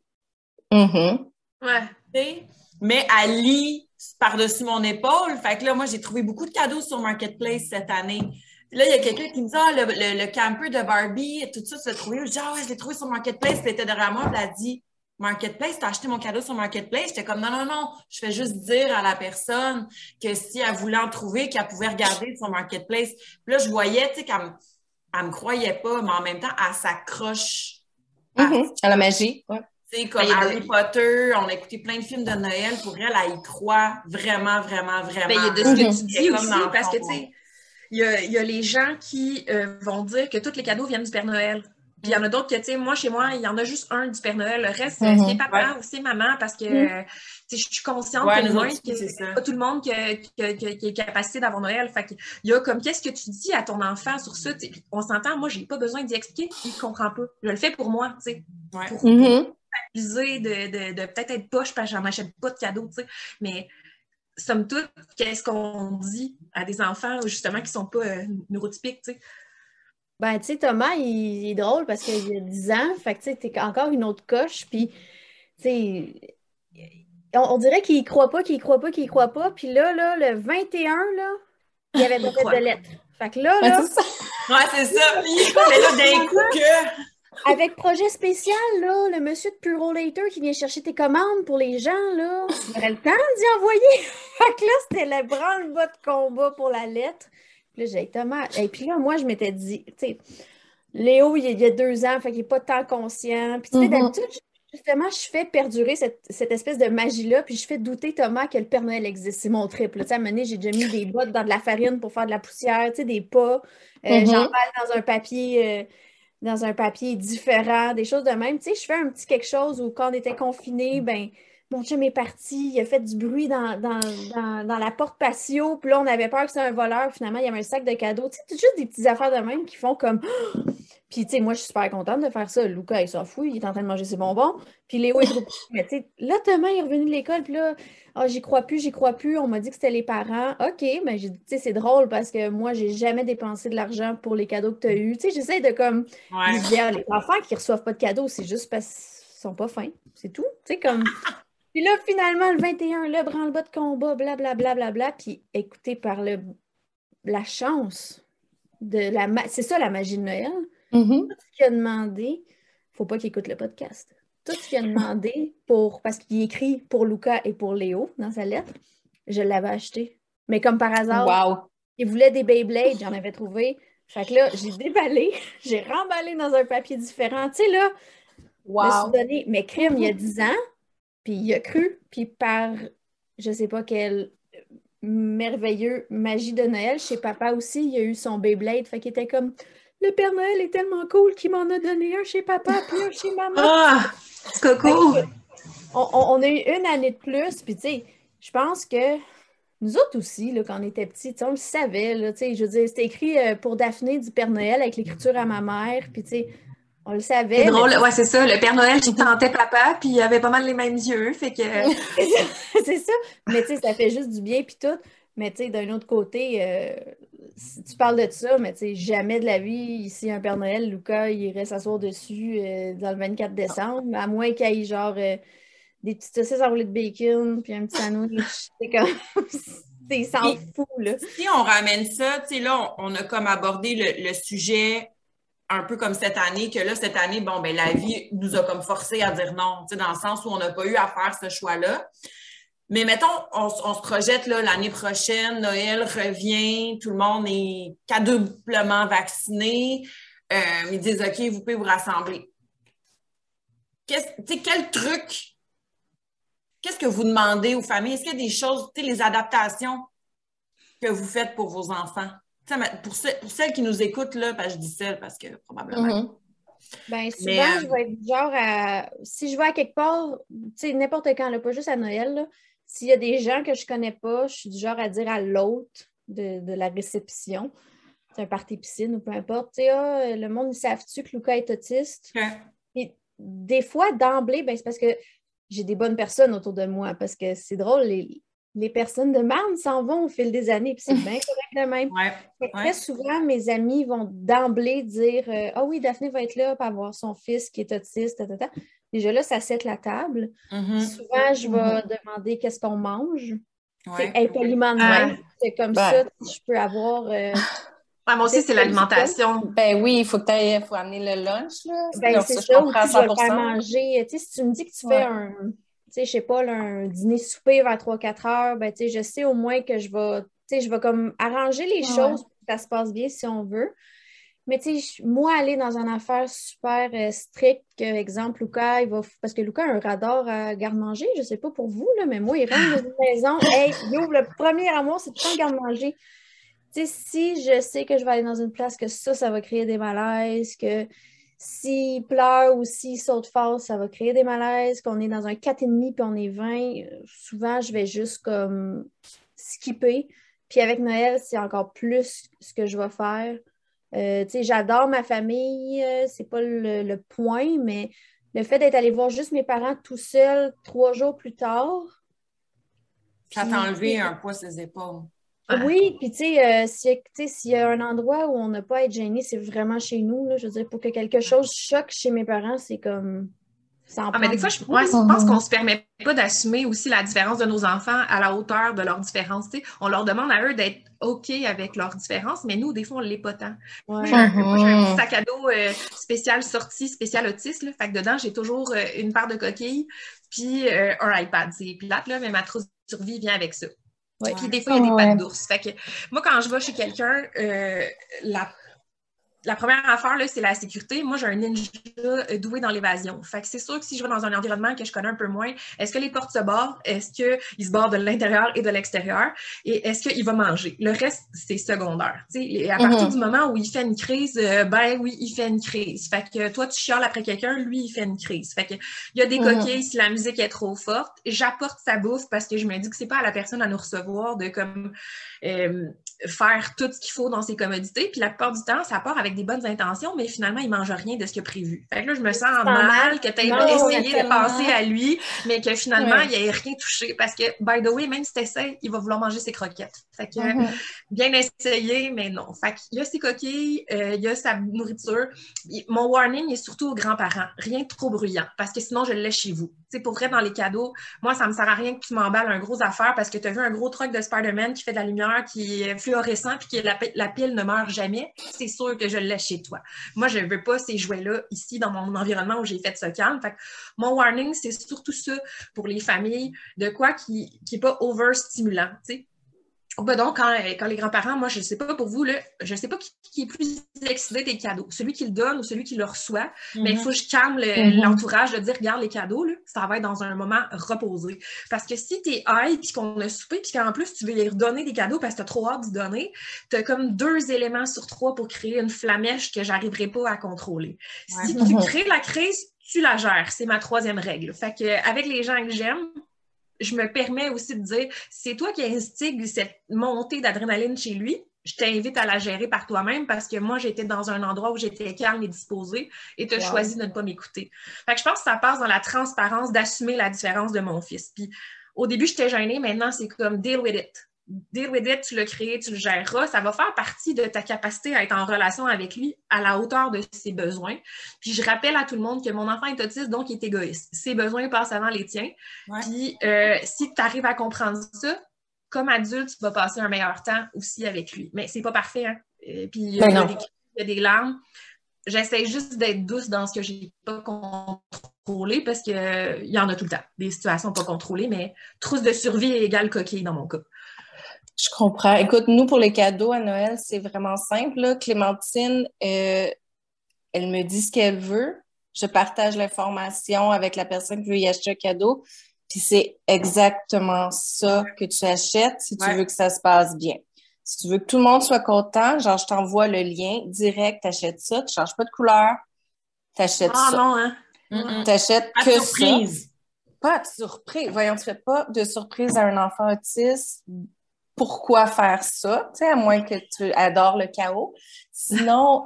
Ouais. Tu sais? Mais elle lit par-dessus mon épaule. Fait que là, moi, j'ai trouvé beaucoup de cadeaux sur Marketplace cette année. Puis là, il y a quelqu'un qui me dit, le camper de Barbie, tout ça, tu l'as trouvé. Je dis, ouais, je l'ai trouvé sur Marketplace. Puis elle était derrière moi, elle a dit, Marketplace, t'as acheté mon cadeau sur Marketplace? J'étais comme, non, je fais juste dire à la personne que si elle voulait en trouver, qu'elle pouvait regarder sur Marketplace. Puis là, je voyais, tu sais, qu'elle me croyait pas, mais en même temps, elle s'accroche à la magie. Ouais. Tu sais, comme Harry Potter, on a écouté plein de films de Noël. Pour elle, elle y croit vraiment, vraiment, vraiment. Ben, il y a de ce que tu dis aussi, parce que, tu sais, il y a les gens qui vont dire que tous les cadeaux viennent du Père Noël. Puis il y en a d'autres que, tu sais, moi, chez moi, il y en a juste un du Père Noël. Le reste, c'est papa ou c'est maman, parce que, tu sais, je suis consciente que c'est pas tout le monde qui a capacité d'avoir Noël. Fait qu'il y a comme, qu'est-ce que tu dis à ton enfant sur ça? T'sais, on s'entend, moi, j'ai pas besoin d'y expliquer, il comprend pas. Je le fais pour moi, tu sais. Pour abuser de peut-être être poche parce que j'en achète pas de cadeaux, tu sais. Mais, somme toute, qu'est-ce qu'on dit à des enfants, justement, qui sont pas neurotypiques, tu sais? Ben, tu sais, Thomas, il est drôle parce qu'il a 10 ans, fait que, tu sais, t'es encore une autre coche, puis, tu sais, on dirait qu'il croit pas, puis là, le 21, là, il y avait pas fait de lettres. Fait que là... Ouais, c'est ça. Mais là, d'un coup que... Avec projet spécial, là, le monsieur de Puro Later qui vient chercher tes commandes pour les gens, là, il aurait le temps d'y envoyer. Fait que là, c'était le branle-bas de combat pour la lettre. Puis là, j'ai Thomas. Et puis là, moi, je m'étais dit, tu sais, Léo, il y a 2 ans, fait qu'il n'est pas tant conscient. Puis tu sais, d'habitude, justement, je fais perdurer cette espèce de magie-là, puis je fais douter Thomas que le Père Noël existe. C'est mon trip. Tu sais, à un moment donné, j'ai déjà mis des bottes dans de la farine pour faire de la poussière, tu sais, des pas. J'emballe dans un papier différent, des choses de même. Tu sais, je fais un petit quelque chose où quand on était confinés, ben mon chum est parti, il a fait du bruit dans la porte patio, puis là, on avait peur que c'était un voleur. Finalement, il y avait un sac de cadeaux. Tu sais, c'est juste des petites affaires de même qui font comme... Puis, tu sais, moi, je suis super contente de faire ça. Luca, il s'en fout, il est en train de manger ses bonbons. Puis Léo est trop... Mais tu sais, là, Thomas, il est revenu de l'école, puis là, j'y crois plus. On m'a dit que c'était les parents. OK, mais j'ai dit, tu sais, c'est drôle parce que moi, j'ai jamais dépensé de l'argent pour les cadeaux que tu as eus. Tu sais, j'essaie de comme... dire, les enfants qui reçoivent pas de cadeaux, c'est juste parce qu'ils sont pas fins. C'est tout. Tu sais, comme... Puis là, finalement, le 21, le branle-bas de combat, blablabla. Puis écoutez, par la chance de la... C'est ça, la magie de Noël. Tout ce qu'il a demandé, faut pas qu'il écoute le podcast. Tout ce qu'il a demandé parce qu'il écrit pour Luca et pour Léo dans sa lettre, je l'avais acheté. Mais comme par hasard, il voulait des Beyblades, j'en avais trouvé. Fait que là, j'ai déballé, j'ai remballé dans un papier différent. Tu sais, là, je me suis donné mes crimes il y a 10 ans, puis il a cru, puis par je sais pas quel merveilleux magie de Noël, chez papa aussi, il a eu son Beyblade. Fait qu'il était comme... Le Père Noël est tellement cool qu'il m'en a donné un chez papa puis un chez maman. Ah! C'est coco! On a eu 1 année de plus, puis tu sais, je pense que nous autres aussi, là, quand on était petits, on le savait, là, je veux dire, c'était écrit pour Daphné du Père Noël avec l'écriture à ma mère, puis tu sais, On le savait. C'est drôle, ouais, c'est ça. Le Père Noël qui tentait papa, puis il avait pas mal les mêmes yeux, fait que... C'est ça. Mais tu sais, ça fait juste du bien, puis tout. Mais tu sais, d'un autre côté, si tu parles de ça, mais tu sais, jamais de la vie, ici, un Père Noël, Luca, il irait s'asseoir dessus dans le 24 décembre, à moins qu'il y ait genre des petites saucisses enroulées de bacon, puis un petit sandwich. C'est comme... Il s'en fout, là. Si on ramène ça, tu sais, là, on a comme abordé le sujet un peu comme cette année, que là, cette année, bon, ben la vie nous a comme forcé à dire non, tu sais, dans le sens où on n'a pas eu à faire ce choix-là. Mais mettons, on se projette, là, l'année prochaine, Noël revient, tout le monde est quadruplement vacciné, ils disent, OK, vous pouvez vous rassembler. Tu sais, quel truc, qu'est-ce que vous demandez aux familles? Est-ce qu'il y a des choses, tu sais, les adaptations que vous faites pour vos enfants? Pour celles qui nous écoutent, là, parce que je dis celles parce que probablement. Ben, souvent, je vais être genre à... Si je vais à quelque part, tu sais, n'importe quand, là, pas juste à Noël, là, s'il y a des gens que je connais pas, je suis du genre à dire à l'hôte de la réception, c'est un party piscine ou peu importe, tu sais, le monde, ils savent-tu que Luca est autiste? Okay. Et des fois, d'emblée, ben, c'est parce que j'ai des bonnes personnes autour de moi, parce que c'est drôle, les personnes de marne s'en vont au fil des années, puis c'est bien correct de même. Très souvent, mes amis vont d'emblée dire « Ah oui, Daphné va être là pour avoir son fils qui est autiste. » Déjà là, ça set la table. Souvent, je vais demander qu'est-ce qu'on mange. C'est impoliment de même. C'est comme ça que je peux avoir... moi aussi, c'est l'alimentation. Ben oui, il faut amener le lunch. Là. Ben, c'est ça, ou tu vas le faire manger. Tu sais, si tu me dis que tu fais un... Tu sais, je sais pas, là, un dîner-souper vers 3-4 heures, ben, tu sais, je sais au moins que je vais comme arranger les choses pour que ça se passe bien si on veut. Mais tu sais, moi, aller dans une affaire super stricte, exemple, Luca, parce que Luca a un radar à garde-manger, je sais pas pour vous, là, mais moi, il rentre dans une maison, hey, il ouvre le premier amour, c'est tout le temps garde-manger. Tu sais, si je sais que je vais aller dans une place que ça va créer des malaises, que s'il pleure ou s'il saute fort, ça va créer des malaises, qu'on est dans un 4,5 puis on est 20, souvent, je vais juste comme skipper. Puis avec Noël, c'est encore plus ce que je vais faire. Tu sais, j'adore ma famille, c'est pas le point, mais le fait d'être allé voir juste mes parents tout seuls 3 jours plus tard. Ça t'a enlevé un poids ses épaules. Oui, puis tu sais, s'il y a un endroit où on n'a pas à être gêné, c'est vraiment chez nous. Là, je veux dire, pour que quelque chose choque chez mes parents, c'est comme... mais des fois, je pense qu'on ne se permet pas d'assumer aussi la différence de nos enfants à la hauteur de leurs différences. T'sais. On leur demande à eux d'être OK avec leurs différences, mais nous, des fois, on ne l'est pas tant. Moi, j'ai un petit sac à dos spécial sortie, spécial autiste. Là, fait que dedans, j'ai toujours une paire de coquilles puis un iPad. C'est plate, là, mais ma trousse de survie vient avec ça. Ouais. Puis des fois, il y a des pattes d'ours. Fait que moi, quand je vais chez quelqu'un, la première affaire, là, c'est la sécurité. Moi, j'ai un ninja doué dans l'évasion. Fait que c'est sûr que si je vais dans un environnement que je connais un peu moins, est-ce que les portes se barrent? Est-ce qu'il se barre de l'intérieur et de l'extérieur? Et est-ce qu'il va manger? Le reste, c'est secondaire. T'sais, à partir du moment où il fait une crise, ben oui, il fait une crise. Fait que toi, tu chiales après quelqu'un, lui, il fait une crise. Fait que il y a des coquilles si la musique est trop forte. J'apporte sa bouffe parce que je me dis que c'est pas à la personne à nous recevoir de comme faire tout ce qu'il faut dans ses commodités. Puis la plupart du temps, ça part avec des bonnes intentions, mais finalement, il ne mange rien de ce qu'il a prévu. Fait que là, je me sens mal que tu aies essayé de passer à lui, mais que finalement, il n'ait rien touché. Parce que, by the way, même si tu essaies, il va vouloir manger ses croquettes. Fait que, bien essayé, mais non. Fait qu'il y a ses coquilles, il y a sa nourriture. Mon warning est surtout aux grands-parents. Rien de trop bruyant, parce que sinon, je le laisse chez vous. Tu sais, pour vrai, dans les cadeaux, moi, ça me sert à rien que tu m'emballes un gros affaire parce que tu as vu un gros truc de Spider-Man qui fait de la lumière, qui est fluorescent, puis que la pile ne meurt jamais. C'est sûr que je le laisse chez toi. Moi, je ne veux pas ces jouets-là ici, dans mon environnement où j'ai fait ça calme. Fait que mon warning, c'est surtout ça pour les familles, de quoi qui n'est pas over-stimulant, tu sais. Ben donc, quand les grands-parents, moi, je ne sais pas pour vous, là, je ne sais pas qui est plus excité des cadeaux, celui qui le donne ou celui qui le reçoit, mais il faut que je calme l'entourage de dire, regarde les cadeaux, là, ça va être dans un moment reposé. Parce que si t'es high, puis qu'on a soupé, puis qu'en plus, tu veux les redonner des cadeaux parce que tu as trop hâte d'y donner, tu as comme 2 éléments sur 3 pour créer une flamèche que j'arriverai pas à contrôler. Si tu crées la crise, tu la gères. C'est ma 3e règle. Fait que avec les gens que j'aime, je me permets aussi de dire, c'est toi qui instigue cette montée d'adrénaline chez lui, je t'invite à la gérer par toi-même parce que moi, j'étais dans un endroit où j'étais calme et disposée et tu as choisi de ne pas m'écouter. Fait que je pense que ça passe dans la transparence d'assumer la différence de mon fils. Puis au début, j'étais gênée. Maintenant, c'est comme deal with it. Deal with it, tu l'as créé, tu le géreras. Ça va faire partie de ta capacité à être en relation avec lui à la hauteur de ses besoins. Puis je rappelle à tout le monde que mon enfant est autiste, donc il est égoïste. Ses besoins passent avant les tiens. Ouais. Puis si tu arrives à comprendre ça, comme adulte, tu vas passer un meilleur temps aussi avec lui. Mais c'est pas parfait, hein? Puis il y a des larmes. J'essaie juste d'être douce dans ce que j'ai pas contrôlé parce qu'il y en a tout le temps. Des situations pas contrôlées, mais trousse de survie égale coquille dans mon cas. Je comprends. Écoute, nous, pour les cadeaux à Noël, c'est vraiment simple, là. Clémentine, elle me dit ce qu'elle veut. Je partage l'information avec la personne qui veut y acheter un cadeau. Puis c'est exactement ça que tu achètes si tu veux que ça se passe bien. Si tu veux que tout le monde soit content, genre je t'envoie le lien direct, t'achètes ça, tu changes pas de couleur, t'achètes ça. Ah non, hein? T'achètes pas que de surprise. Ça. Pas de surprise. Voyons, tu fais pas de surprise à un enfant autiste. Pourquoi faire ça? Tu sais, à moins que tu adores le chaos. Sinon,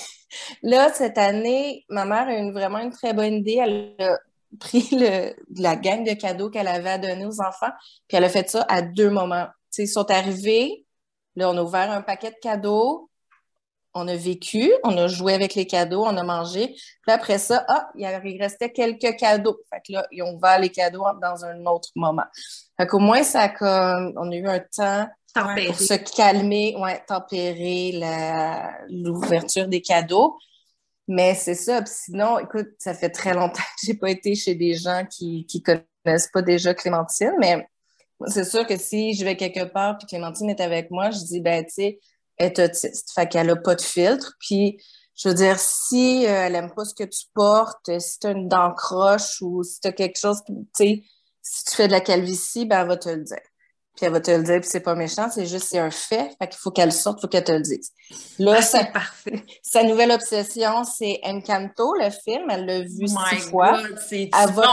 là, cette année, ma mère a vraiment une très bonne idée. Elle a pris la gang de cadeaux qu'elle avait à donner aux enfants, puis elle a fait ça à 2 moments. Tu sais, ils sont arrivés, là, on a ouvert un paquet de cadeaux, on a vécu, on a joué avec les cadeaux, on a mangé, puis après ça, il restait quelques cadeaux. Fait que là, ils ont ouvert les cadeaux dans un autre moment. Fait qu'au moins, on a eu un temps pour se calmer, tempérer l'ouverture des cadeaux. Mais c'est ça. Puis sinon, écoute, ça fait très longtemps que j'ai pas été chez des gens qui connaissent pas déjà Clémentine, mais c'est sûr que si je vais quelque part puis Clémentine est avec moi, je dis, ben, tu sais, elle est autiste. Fait qu'elle a pas de filtre. Puis, je veux dire, si elle aime pas ce que tu portes, si t'as une dent croche ou si t'as quelque chose, tu sais, si tu fais de la calvitie, ben, elle va te le dire. Puis elle va te le dire, puis c'est pas méchant, c'est un fait. Fait qu'il faut qu'elle sorte, il faut qu'elle te le dise. Là, c'est parfait. Sa nouvelle obsession, c'est Encanto, le film. Elle l'a vu 6 fois. C'est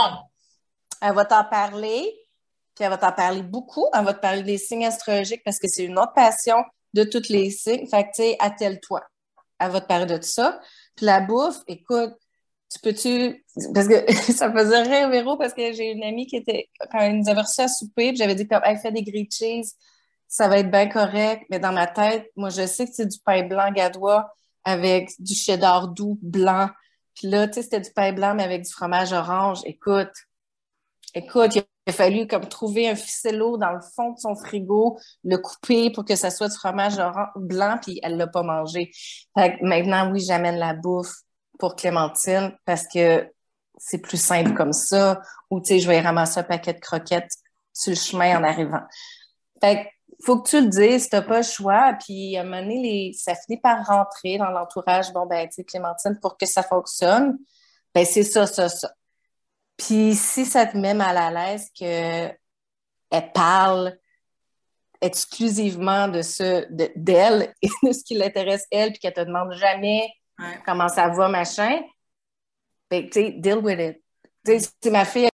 elle va t'en parler, puis elle va t'en parler beaucoup. Elle va te parler des signes astrologiques parce que c'est une autre passion de tous les signes. Fait que, tu sais, attelle-toi. Elle va te parler de tout ça. Puis la bouffe, écoute, parce que ça me faisait rire, Véro, parce que j'ai une amie qui était, quand elle nous avait reçu à souper, puis j'avais dit comme, elle fait des grilled cheese, ça va être bien correct, mais dans ma tête, moi, je sais que c'est du pain blanc gadois avec du cheddar doux blanc. Puis là, tu sais, c'était du pain blanc, mais avec du fromage orange. Écoute, il a fallu comme trouver un ficello dans le fond de son frigo, le couper pour que ça soit du fromage blanc, puis elle l'a pas mangé. Fait que maintenant, oui, j'amène la bouffe pour Clémentine parce que c'est plus simple comme ça. Ou, tu sais, je vais y ramasser un paquet de croquettes sur le chemin en arrivant. Fait que faut que tu le dises, t'as pas le choix. Puis, à un moment donné, ça finit par rentrer dans l'entourage. Bon, ben, tu sais, Clémentine, pour que ça fonctionne, ben, c'est ça. Puis, si ça te met mal à l'aise qu'elle parle exclusivement d'elle et de ce qui l'intéresse elle, puis qu'elle te demande jamais comment ça va, machin, ben, tu sais, deal with it. Tu sais, c'est ma fille.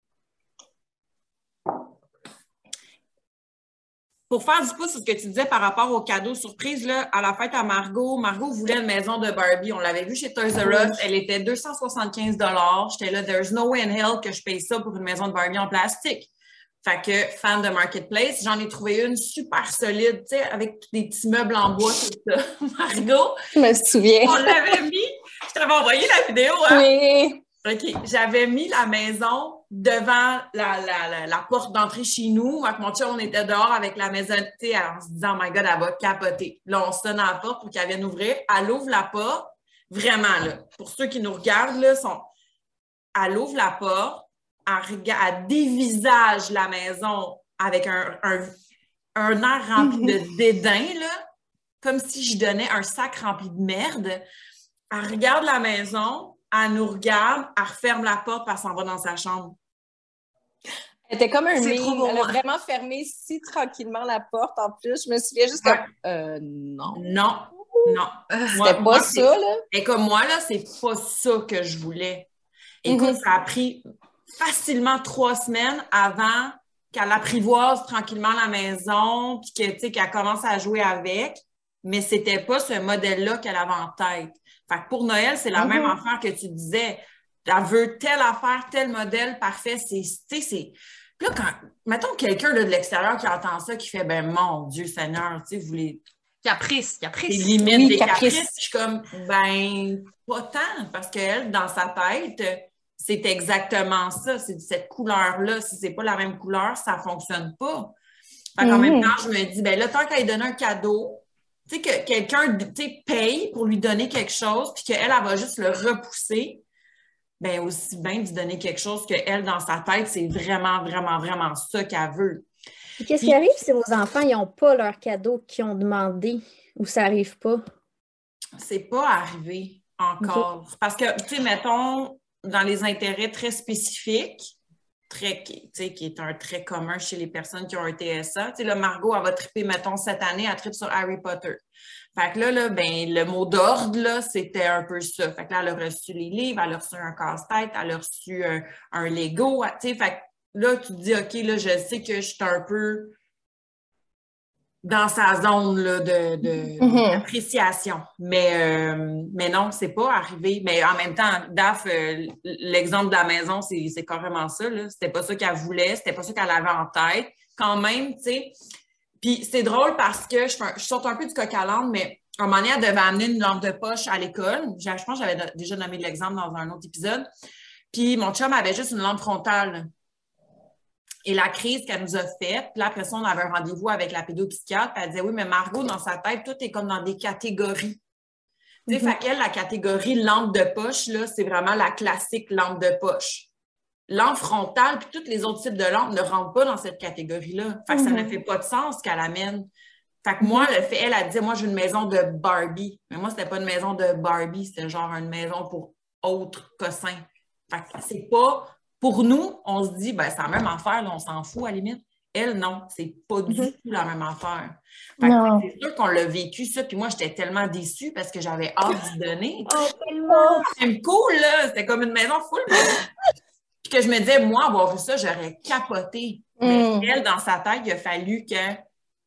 Pour faire du pouce sur ce que tu disais par rapport aux cadeaux surprises, là, à la fête à Margot voulait une maison de Barbie. On l'avait vue chez Toys R Us. Elle était 275 $. J'étais là, there's no way in hell que je paye ça pour une maison de Barbie en plastique. Fait que, fan de Marketplace, j'en ai trouvé une super solide, tu sais, avec des petits meubles en bois, tout ça. Margot, je me souviens. On l'avait mis. Je t'avais envoyé la vidéo, hein? Oui. OK. J'avais mis la maison devant la porte d'entrée chez nous. Avec mon chum, on était dehors avec la maison, tu sais, en se disant, oh my God, elle va capoter. Là, on sonne à la porte pour qu'elle vienne ouvrir. Elle ouvre la porte. Vraiment, là. Pour ceux qui nous regardent, là, elle ouvre la porte. Elle dévisage la maison avec un air rempli de dédain, là. Comme si je donnais un sac rempli de merde. Elle regarde la maison. Elle nous regarde, elle referme la porte et elle s'en va dans sa chambre. Elle était comme un mime. Elle a vraiment fermé si tranquillement la porte. En plus, je me souviens juste comme non. Non. C'était pas ça, là. Et comme moi, là, c'est pas ça que je voulais. Écoute, ça a pris facilement 3 semaines avant qu'elle apprivoise tranquillement la maison puis que, tu sais, qu'elle commence à jouer avec. mais c'était pas ce modèle-là qu'elle avait en tête. Fait que pour Noël, c'est la même affaire que tu disais. Elle veut telle affaire, tel modèle parfait. c'est... Puis là, quand, mettons quelqu'un là, de l'extérieur qui entend ça, qui fait, ben mon Dieu Seigneur, tu sais, vous les... Caprice. Des limites, Oui, des caprice. caprices. Je suis comme, ben, pas tant, parce qu'elle, dans sa tête, c'est exactement ça. C'est cette couleur-là. Si c'est pas la même couleur, ça fonctionne pas. Fait qu'en même temps, je me dis, ben là, tant qu'elle lui donne un cadeau, tu sais, que quelqu'un, tu sais, paye pour lui donner quelque chose, puis qu'elle, elle va juste le repousser, ben aussi bien de lui donner quelque chose qu'elle, dans sa tête, c'est vraiment, vraiment, vraiment ça qu'elle veut. Et qu'est-ce qui arrive si vos enfants n'ont pas leur cadeau qu'ils ont demandé ou ça n'arrive pas? C'est pas arrivé encore. Okay. Parce que, tu sais, mettons, dans les intérêts très spécifiques, qui est un trait commun chez les personnes qui ont un TSA. Tu sais, là, Margot, elle va triper, mettons, cette année, elle tripe sur Harry Potter. Fait que là, ben, le mot d'ordre, là, c'était un peu ça. Fait que là, elle a reçu les livres, elle a reçu un casse-tête, elle a reçu un Lego, tu sais, fait que là, tu te dis, OK, là, je sais que je suis un peu dans sa zone là, d'appréciation. Mais non, c'est pas arrivé. Mais en même temps, Daph, l'exemple de la maison, c'est carrément ça. Là. C'était pas ça qu'elle voulait, c'était pas ça qu'elle avait en tête. Quand même, tu sais. Puis c'est drôle parce que je saute un peu du coq à l'âne, mais à un moment donné, elle devait amener une lampe de poche à l'école. Je pense que j'avais déjà nommé l'exemple dans un autre épisode. Puis mon chum avait juste une lampe frontale. Et la crise qu'elle nous a faite, puis là, après ça, on avait un rendez-vous avec la pédopsychiatre, puis elle disait, oui, mais Margot, dans sa tête, tout est comme dans des catégories. Tu sais, fait qu'elle, la catégorie lampe de poche, là, c'est vraiment la classique lampe de poche. Lampe frontale, puis tous les autres types de lampes ne rentrent pas dans cette catégorie-là. Fait que ça ne fait pas de sens qu'elle amène. Fait que moi, le fait, elle disait, moi, j'ai une maison de Barbie. Mais moi, c'était pas une maison de Barbie, c'était genre une maison pour autres cossins. Fait que c'est pas... Pour nous, on se dit, ben, c'est la même affaire, là, on s'en fout à la limite. Elle, non, c'est pas du tout la même affaire. Fait que c'est sûr qu'on l'a vécu, ça, puis moi, j'étais tellement déçue parce que j'avais hâte d'y donner. C'est cool, là! C'était comme une maison full. Puis que je me disais, moi, avoir vu ça, j'aurais capoté. Mais elle, dans sa tête, il a fallu qu'elle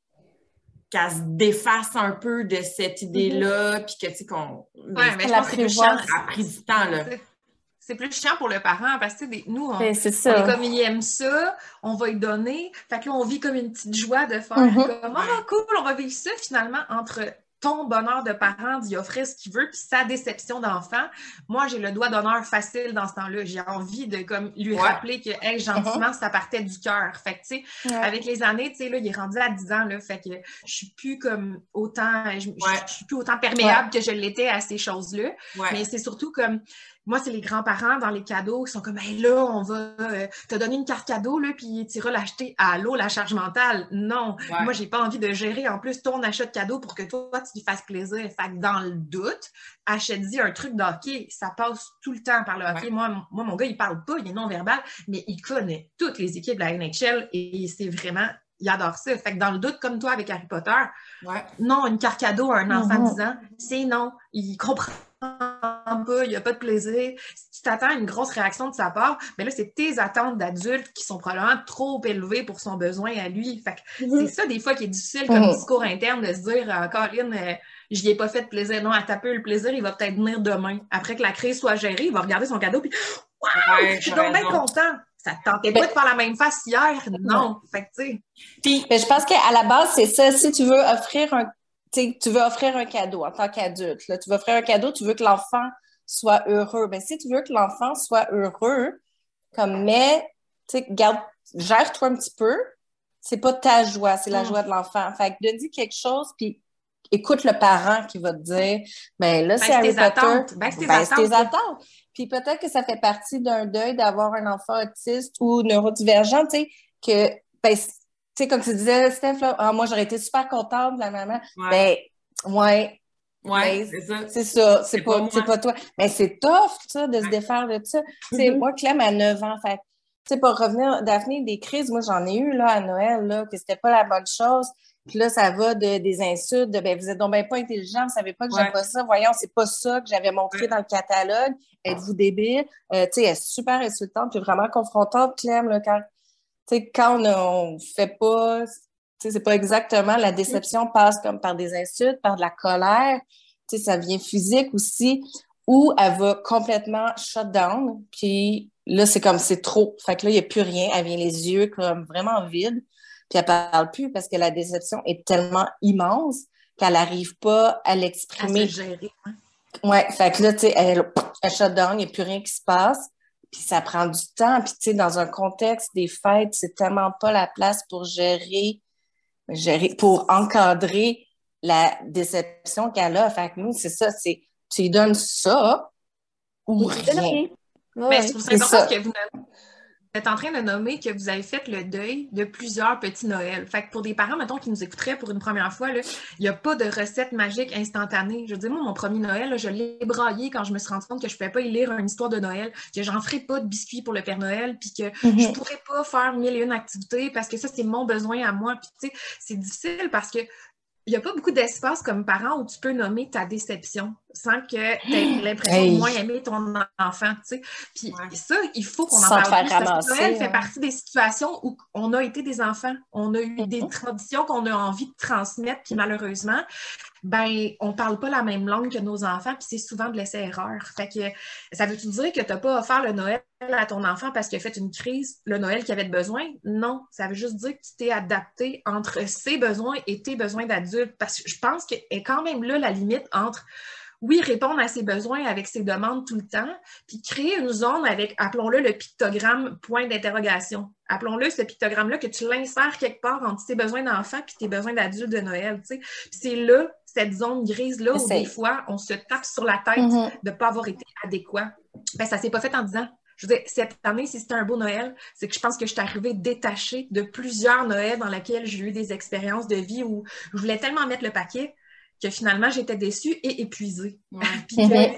se défasse un peu de cette idée-là, puis que, tu sais, qu'on... Ouais, mais je pense que c'est ça a pris du temps, là. C'est plus chiant pour le parent parce que nous, on est comme il aime ça, on va y donner. Fait que là, on vit comme une petite joie de faire comme cool, on va vivre ça finalement entre ton bonheur de parent d'y offrir ce qu'il veut puis sa déception d'enfant. Moi, j'ai le doigt d'honneur facile dans ce temps-là. J'ai envie de comme lui rappeler que hey, gentiment, ça partait du cœur. Fait que tu sais, avec les années, tu sais, là, il est rendu à 10 ans, là, fait que je suis plus comme autant, je suis plus autant perméable que je l'étais à ces choses-là. Mais c'est surtout comme moi, c'est les grands-parents dans les cadeaux qui sont comme hey, là, on va te donner une carte cadeau, là, puis tu iras l'acheter à l'eau, la charge mentale. Non. Moi, j'ai pas envie de gérer en plus ton achat de cadeau pour que toi, tu lui fasses plaisir. Fait que dans le doute, achète-y un truc d'hockey. Ça passe tout le temps par le hockey. Moi, mon gars, il parle pas, il est non-verbal, mais il connaît toutes les équipes de la NHL et c'est vraiment... Il adore ça. Fait que dans le doute, comme toi avec Harry Potter, non, une carte cadeau à un enfant de 10 ans, c'est non. Il comprend pas, il n'y a pas de plaisir. Si tu t'attends à une grosse réaction de sa part, mais là, c'est tes attentes d'adulte qui sont probablement trop élevées pour son besoin à lui. Fait que c'est ça, des fois, qui est difficile comme discours interne de se dire Caroline, j'y ai pas fait de plaisir. Non, à taper le plaisir, il va peut-être venir demain. Après que la crise soit gérée, il va regarder son cadeau puis wow, je suis donc bien content. Ça te tentait pas de faire la même face hier? Non. Fait que, tu sais. Je pense qu'à la base, c'est ça. Si tu veux offrir un cadeau en tant qu'adulte, là, tu veux offrir un cadeau, tu veux que l'enfant soit heureux. Ben, si tu veux que l'enfant soit heureux, gère-toi un petit peu. C'est pas ta joie, c'est la joie de l'enfant. Fait que donne-lui quelque chose, puis écoute le parent qui va te dire, ben là, c'est Harry Potter. C'est tes attentes. Puis peut-être que ça fait partie d'un deuil d'avoir un enfant autiste ou neurodivergent, tu sais, que, ben, tu sais, comme tu disais, Steph, là, moi, j'aurais été super contente de la maman. Ben, c'est ça. C'est pas toi. Mais c'est tough, ça, de se défaire de ça. Tu sais, moi, Clem a 9 ans, fait tu sais, pour revenir, Daphné, des crises, moi, j'en ai eu, là, à Noël, là, que c'était pas la bonne chose. Puis là, ça va des insultes, ben, vous êtes donc bien pas intelligent, vous savez pas que j'aime pas ça. Voyons, c'est pas ça que j'avais montré dans le catalogue. Êtes-vous débile? Tu sais, elle est super insultante, puis vraiment confrontante, Clem, là, quand on fait pas, tu Tu sais, c'est pas exactement, la déception passe comme par des insultes, par de la colère, tu sais, ça vient physique aussi, ou elle va complètement shut down, puis là, c'est comme, c'est trop. Fait que là, il n'y a plus rien, elle vient les yeux comme vraiment vides, puis elle parle plus parce que la déception est tellement immense qu'elle n'arrive pas à À l'exprimer. se gérer. Hein. Ouais, fait que là, tu sais, elle shut down, il n'y a plus rien qui se passe, puis ça prend du temps, puis tu sais, dans un contexte des fêtes, c'est tellement pas la place pour gérer, pour encadrer la déception qu'elle a. Fait que nous, c'est ça, c'est, tu lui donnes ça ou rien. Mais je trouve ça C'est important ça. que vous êtes en train de nommer que vous avez fait le deuil de plusieurs petits Noëls. Fait que pour des parents, mettons, qui nous écouteraient pour une première fois, il n'y a pas de recette magique instantanée. Je veux dire, moi, mon premier Noël, là, je l'ai braillé quand je me suis rendu compte que je ne pouvais pas y lire une histoire de Noël, que j'en ferais pas de biscuits pour le Père Noël, puis que je pourrais pas faire 1001 activités parce que ça, c'est mon besoin à moi. Puis, tu sais, c'est difficile parce que il n'y a pas beaucoup d'espace comme parent où tu peux nommer ta déception sans que tu aies l'impression de moins aimer ton enfant, tu sais. Puis ça, il faut qu'on en Sans te parle faire plus parce que Noël ramasser, fait partie des situations où on a été des enfants. On a eu des traditions qu'on a envie de transmettre, puis malheureusement, ben, on parle pas la même langue que nos enfants, puis c'est souvent de l'essai-erreur. Fait que ça veut-tu dire que t'as pas offert le Noël à ton enfant parce qu'il a fait une crise, le Noël qu'il avait de besoin? Non, ça veut juste dire que tu t'es adapté entre ses besoins et tes besoins d'adulte, parce que je pense qu'il est quand même là la limite entre oui, répondre à ses besoins avec ses demandes tout le temps, puis créer une zone avec, appelons-le le pictogramme point d'interrogation. Appelons-le ce pictogramme-là que tu l'insères quelque part entre tes besoins d'enfant puis tes besoins d'adulte de Noël. Tu sais. Puis c'est là, cette zone grise-là, où des fois, on se tape sur la tête de ne pas avoir été adéquat. Ben, ça ne s'est pas fait en disant. Je veux dire, cette année, si c'était un beau Noël, c'est que je pense que je suis arrivée détachée de plusieurs Noëls dans lesquels j'ai eu des expériences de vie où je voulais tellement mettre le paquet que finalement, j'étais déçue et épuisée. Ouais. Puis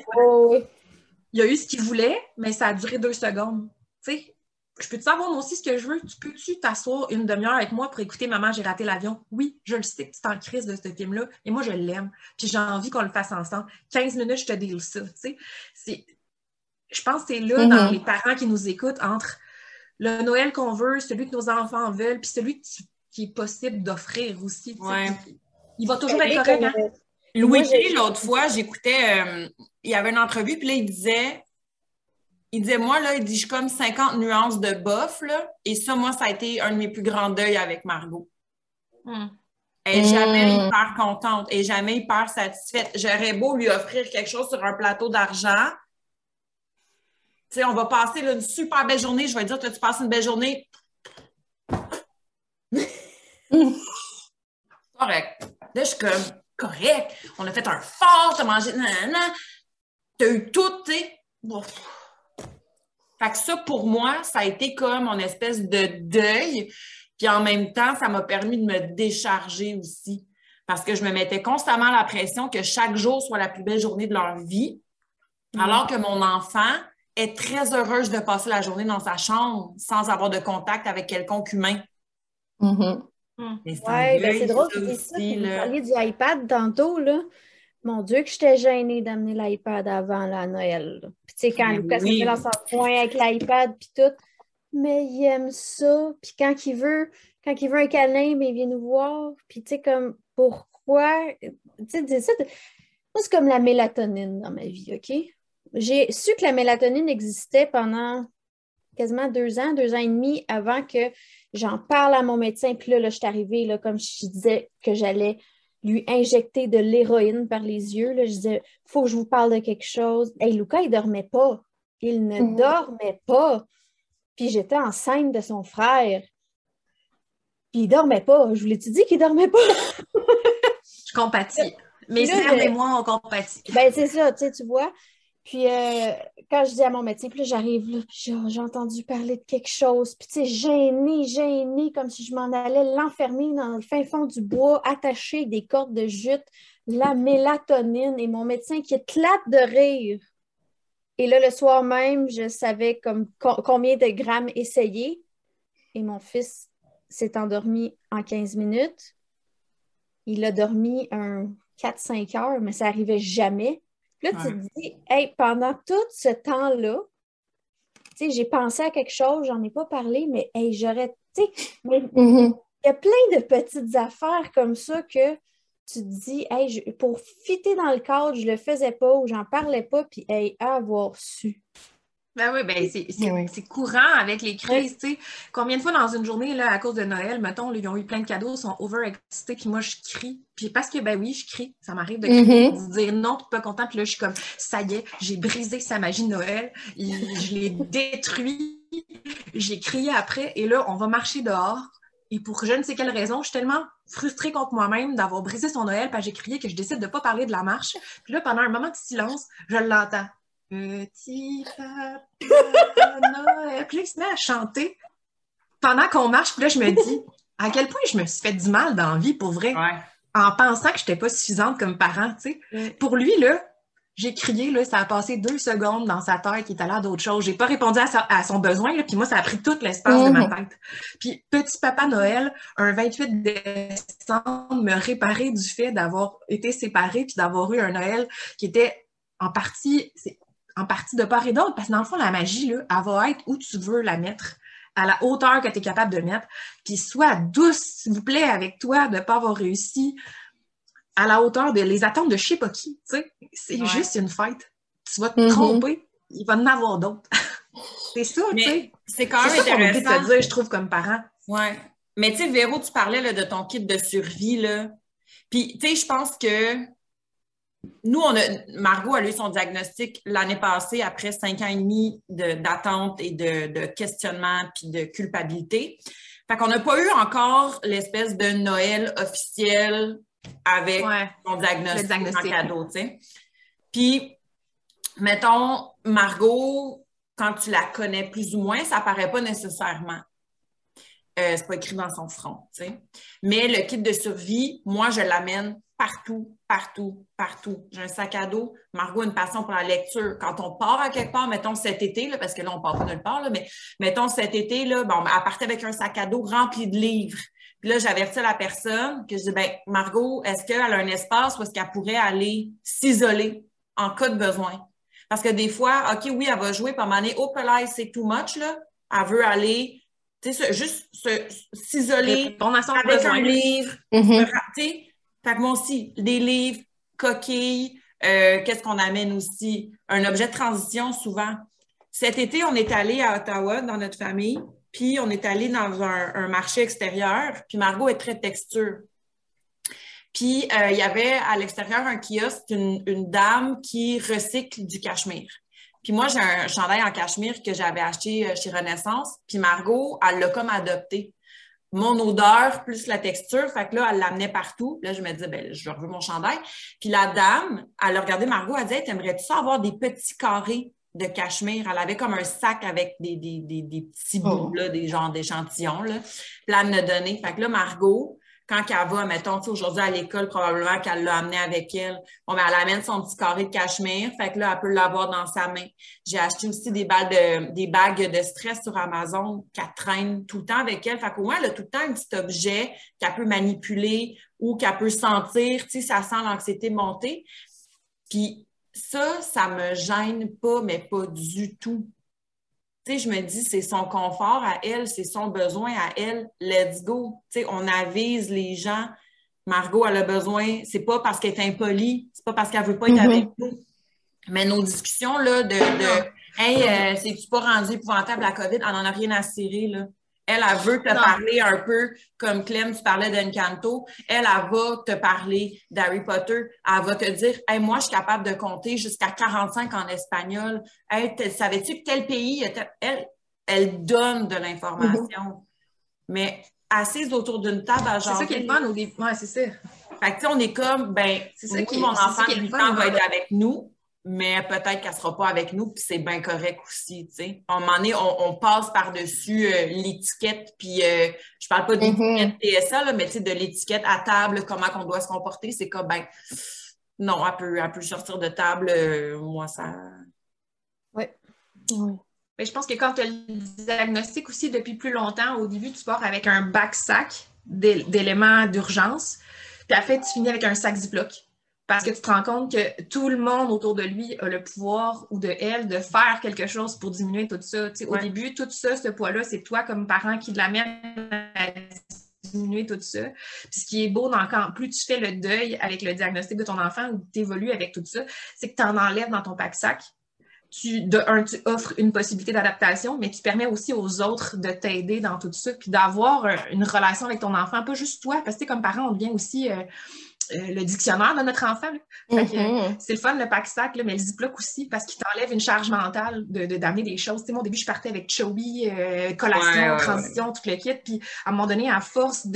il y a eu ce qu'il voulait, mais ça a duré 2 secondes. Tu sais, je peux te savoir moi aussi ce que je veux? Tu peux-tu t'asseoir une demi-heure avec moi pour écouter Maman, j'ai raté l'avion? Oui, je le sais que tu es en crise de ce film-là, et moi, je l'aime. Puis j'ai envie qu'on le fasse ensemble. 15 minutes, je te deal ça. Tu sais, je pense que c'est là, dans les parents qui nous écoutent, entre le Noël qu'on veut, celui que nos enfants veulent, puis celui qui est possible d'offrir aussi. Ouais. Il va toujours être correct, hein? Louis P, l'autre fois, j'écoutais, il y avait une entrevue, puis là, il disait, moi, là, il dit, je suis comme 50 nuances de bof, là, et ça, moi, ça a été un de mes plus grands deuils avec Margot. Elle n'est jamais hyper contente, elle n'est jamais hyper satisfaite. J'aurais beau lui offrir quelque chose sur un plateau d'argent. Tu sais, on va passer là, une super belle journée, je vais dire, tu passes une belle journée. Correct. Là, je suis comme, correct. On a fait un fort, t'as mangé, t'as eu tout, tu sais. Fait que ça, pour moi, ça a été comme mon espèce de deuil. Puis en même temps, ça m'a permis de me décharger aussi. Parce que je me mettais constamment la pression que chaque jour soit la plus belle journée de leur vie. Alors que mon enfant est très heureuse de passer la journée dans sa chambre sans avoir de contact avec quelconque humain. Oui, ben c'est drôle que tu dises ça. Vous parliez du iPad tantôt, là. Mon Dieu, que j'étais gênée d'amener l'iPad avant la Noël. Là. Puis tu sais, quand Lucas se met dans son coin avec l'iPad puis tout, mais il aime ça. Puis quand il veut un câlin, ben, il vient nous voir. Puis tu sais, comme, pourquoi? Tu sais, ça, moi, c'est comme la mélatonine dans ma vie, OK? J'ai su que la mélatonine existait pendant quasiment 2 ans et demi avant que j'en parle à mon médecin. Puis là, je suis arrivée, là, comme je disais, que j'allais lui injecter de l'héroïne par les yeux. Là, je disais, il faut que je vous parle de quelque chose. Hey, Lucas, il ne dormait pas. Il ne dormait pas. Puis j'étais enceinte de son frère. Puis il ne dormait pas. Je vous l'ai-tu dit qu'il ne dormait pas? Je compatis. Mes sœurs et moi, on compatit. Ben, c'est ça, tu vois. Puis quand je dis à mon médecin, puis là, j'arrive là, puis j'ai entendu parler de quelque chose. Puis tu sais, gênée, comme si je m'en allais l'enfermer dans le fin fond du bois, attaché avec des cordes de jute, la mélatonine, et mon médecin qui éclate de rire. Et là, le soir même, je savais comme combien de grammes essayer. Et mon fils s'est endormi en 15 minutes. Il a dormi un 4-5 heures, mais ça n'arrivait jamais. Là, tu te dis, hey, pendant tout ce temps-là, tu sais, j'ai pensé à quelque chose, j'en ai pas parlé, mais hey, j'aurais, tu sais, mais y a plein de petites affaires comme ça que tu te dis, hey, pour fitter dans le cadre, je le faisais pas ou j'en parlais pas, puis hey, avoir su. Ben oui, c'est courant avec les crises, tu sais. Combien de fois dans une journée, là, à cause de Noël, mettons, là, ils ont eu plein de cadeaux, ils sont overexcités, puis moi, je crie. Puis parce que, ben oui, je crie. Ça m'arrive de crier, de dire non, t'es pas content, puis là, je suis comme, ça y est, j'ai brisé sa magie de Noël, je l'ai détruit, j'ai crié après, et là, on va marcher dehors. Et pour je ne sais quelle raison, je suis tellement frustrée contre moi-même d'avoir brisé son Noël, puis j'ai crié que je décide de pas parler de la marche. Puis là, pendant un moment de silence, je l'entends. Petit papa Noël. Puis là, il se met à chanter pendant qu'on marche. Puis là, je me dis à quel point je me suis fait du mal dans la vie, pour vrai, en pensant que je n'étais pas suffisante comme parent, tu sais. Pour lui, là, j'ai crié, là, ça a passé 2 secondes dans sa tête, qui est à l'air d'autre chose. J'ai pas répondu à son besoin, là, puis moi, ça a pris tout l'espace de ma tête. Puis petit papa Noël, un 28 décembre, me réparait du fait d'avoir été séparée puis d'avoir eu un Noël qui était en partie de part et d'autre, parce que dans le fond, la magie, là, elle va être où tu veux la mettre, à la hauteur que tu es capable de mettre, puis sois douce, s'il vous plaît, avec toi, de ne pas avoir réussi à la hauteur de les attentes de je sais pas qui, tu sais. C'est juste une fête. Tu vas te tromper, il va en avoir d'autres. C'est ça, tu sais. C'est quand même intéressant. C'est ça qu'on oublie de se dire, je trouve, comme parent. Ouais. Mais tu sais, Véro, tu parlais là, de ton kit de survie, là. Puis, tu sais, je pense que nous, Margot a eu son diagnostic l'année passée après 5 ans et demi d'attente et de questionnement puis de culpabilité. Fait qu'on n'a pas eu encore l'espèce de Noël officiel avec son diagnostic en cadeau, tu sais. Puis, mettons, Margot, quand tu la connais plus ou moins, ça paraît pas nécessairement. C'est pas écrit dans son front, tu sais. Mais le kit de survie, moi, je l'amène partout, partout, partout. J'ai un sac à dos. Margot a une passion pour la lecture. Quand on part à quelque part, mettons cet été, là, parce que là, on part pas nulle part, là, mais mettons cet été, là, bon, elle partait avec un sac à dos rempli de livres. Puis là, j'avertis la personne que je dis, ben, Margot, est-ce qu'elle a un espace où est-ce qu'elle pourrait aller s'isoler en cas de besoin? Parce que des fois, OK, oui, elle va jouer, puis à un moment donné, oh, là, c'est too much, là. Elle veut aller, tu sais, juste s'isoler avec un livre. Tu sais, fait que moi aussi, des livres, coquilles, qu'est-ce qu'on amène aussi? Un objet de transition, souvent. Cet été, on est allé à Ottawa, dans notre famille, puis on est allé dans un marché extérieur, puis Margot est très texture. Puis, il y avait à l'extérieur un kiosque, une dame qui recycle du cachemire. Puis moi, j'ai un chandail en cachemire que j'avais acheté chez Renaissance, puis Margot, elle l'a comme adopté. Mon odeur plus la texture, fait que là, elle l'amenait partout. Là, je me disais, ben, je veux mon chandail. Puis la dame, elle a regardé Margot, elle dit, hey, t'aimerais-tu ça avoir des petits carrés de cachemire? Elle avait comme un sac avec des petits bouts, là, des genres d'échantillons, là. Puis là, elle me donné. Fait que là, Margot, quand elle va, mettons, aujourd'hui à l'école, probablement qu'elle l'a amené avec elle. Bon, ben, elle amène son petit carré de cachemire. Fait que là, elle peut l'avoir dans sa main. J'ai acheté aussi des bagues de stress sur Amazon qu'elle traîne tout le temps avec elle. Fait qu'au moins, elle a tout le temps un petit objet qu'elle peut manipuler ou qu'elle peut sentir. Tu sais, ça sent l'anxiété monter. Puis ça me gêne pas, mais pas du tout. Tu sais, je me dis, c'est son confort à elle, c'est son besoin à elle. Let's go. Tu sais, on avise les gens. Margot, elle a besoin. C'est pas parce qu'elle est impolie. C'est pas parce qu'elle veut pas être avec nous. Mais nos discussions, là, hey, c'est-tu pas rendu épouvantable la COVID? Elle n'en a rien à cirer, là. Elle veut te parler un peu comme Clem, tu parlais d'Encanto. Elle va te parler d'Harry Potter. Elle va te dire, hey, moi, je suis capable de compter jusqu'à 45 en espagnol. Hey, savais-tu que tel pays... Elle donne de l'information. Mais assise autour d'une table à genre... C'est ça qui est le fun au début. Ouais, c'est ça. Fait que, tu sais, on est comme, ben, oui, mon enfant de 8 ans va être avec nous, mais peut-être qu'elle ne sera pas avec nous, puis c'est bien correct aussi, tu sais. À un moment donné, on passe par-dessus l'étiquette, puis je parle pas d'étiquette TSA, là, mais tu sais, de l'étiquette à table, comment qu'on doit se comporter, c'est comme, ben, non, elle peut sortir de table, moi, ça... Oui. Mais je pense que quand tu as le diagnostic aussi depuis plus longtemps, au début, tu pars avec un bac-sac d'éléments d'urgence, puis après, tu finis avec un sac Ziploc. Parce que tu te rends compte que tout le monde autour de lui a le pouvoir ou de elle de faire quelque chose pour diminuer tout ça. Au début, tout ça, ce poids-là, c'est toi comme parent qui l'amène à diminuer tout ça. Puis ce qui est beau, plus tu fais le deuil avec le diagnostic de ton enfant ou tu évolues avec tout ça, c'est que tu en enlèves dans ton pack-sac. Tu offres une possibilité d'adaptation, mais tu permets aussi aux autres de t'aider dans tout ça, puis d'avoir une relation avec ton enfant, pas juste toi, parce que comme parent, on devient aussi le dictionnaire de notre enfant. C'est le fun, le pack-sac, mais le Ziploc aussi, parce qu'il t'enlève une charge mentale d'amener des choses. Tu sais, moi, au début, je partais avec Chubby, collation, transition, tout le kit, puis à un moment donné, à force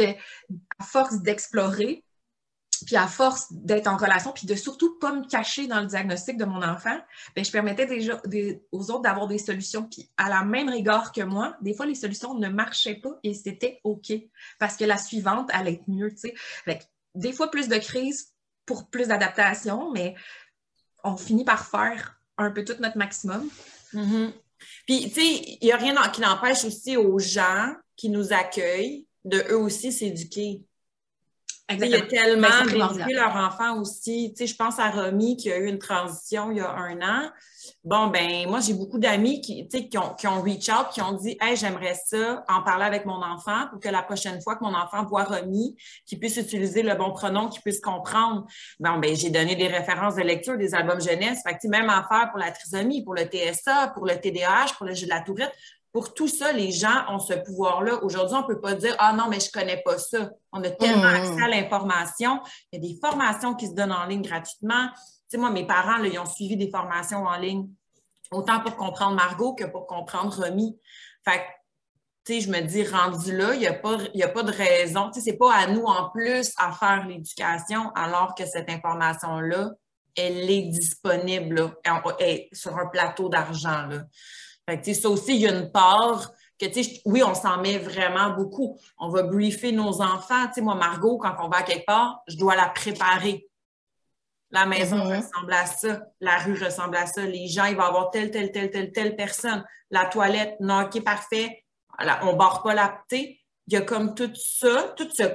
d'explorer, puis à force d'être en relation, puis de surtout pas me cacher dans le diagnostic de mon enfant, bien, je permettais aux autres d'avoir des solutions. Puis à la même rigueur que moi, des fois, les solutions ne marchaient pas et c'était OK. Parce que la suivante allait être mieux, tu sais. Fait que des fois, plus de crise pour plus d'adaptation, mais on finit par faire un peu tout notre maximum. Mm-hmm. Puis, tu sais, il n'y a rien qui n'empêche aussi aux gens qui nous accueillent de eux aussi s'éduquer. Il y a tellement d'éduquer leur enfant aussi. Tu sais, je pense à Romy qui a eu une transition il y a 1 an. Bon, ben moi, j'ai beaucoup d'amis qui ont reach out, qui ont dit « Hey, j'aimerais ça en parler avec mon enfant pour que la prochaine fois que mon enfant voit Romy, qu'il puisse utiliser le bon pronom, qu'il puisse comprendre. » Bon, ben j'ai donné des références de lecture, des albums jeunesse. Fait que même affaire pour la trisomie, pour le TSA, pour le TDAH, pour le jeu de la tourette. Pour tout ça, les gens ont ce pouvoir-là. Aujourd'hui, on ne peut pas dire « Ah non, mais je ne connais pas ça. » On a tellement accès à l'information. Il y a des formations qui se donnent en ligne gratuitement. Tu sais, moi, mes parents, là, ils ont suivi des formations en ligne, autant pour comprendre Margot que pour comprendre Romy. Fait que, tu sais, je me dis, rendu là, il n'y a pas de raison. Tu sais, c'est pas à nous, en plus, à faire l'éducation, alors que cette information-là, elle est disponible, là, elle est sur un plateau d'argent, là. Fait que, ça aussi, il y a une part que, oui, on s'en met vraiment beaucoup. On va briefer nos enfants. Moi, Margot, quand on va à quelque part, je dois la préparer. La maison ressemble à ça. La rue ressemble à ça. Les gens, il va y avoir telle personne. La toilette, non, OK, parfait. Voilà, on ne barre pas la... Il y a comme tout ça,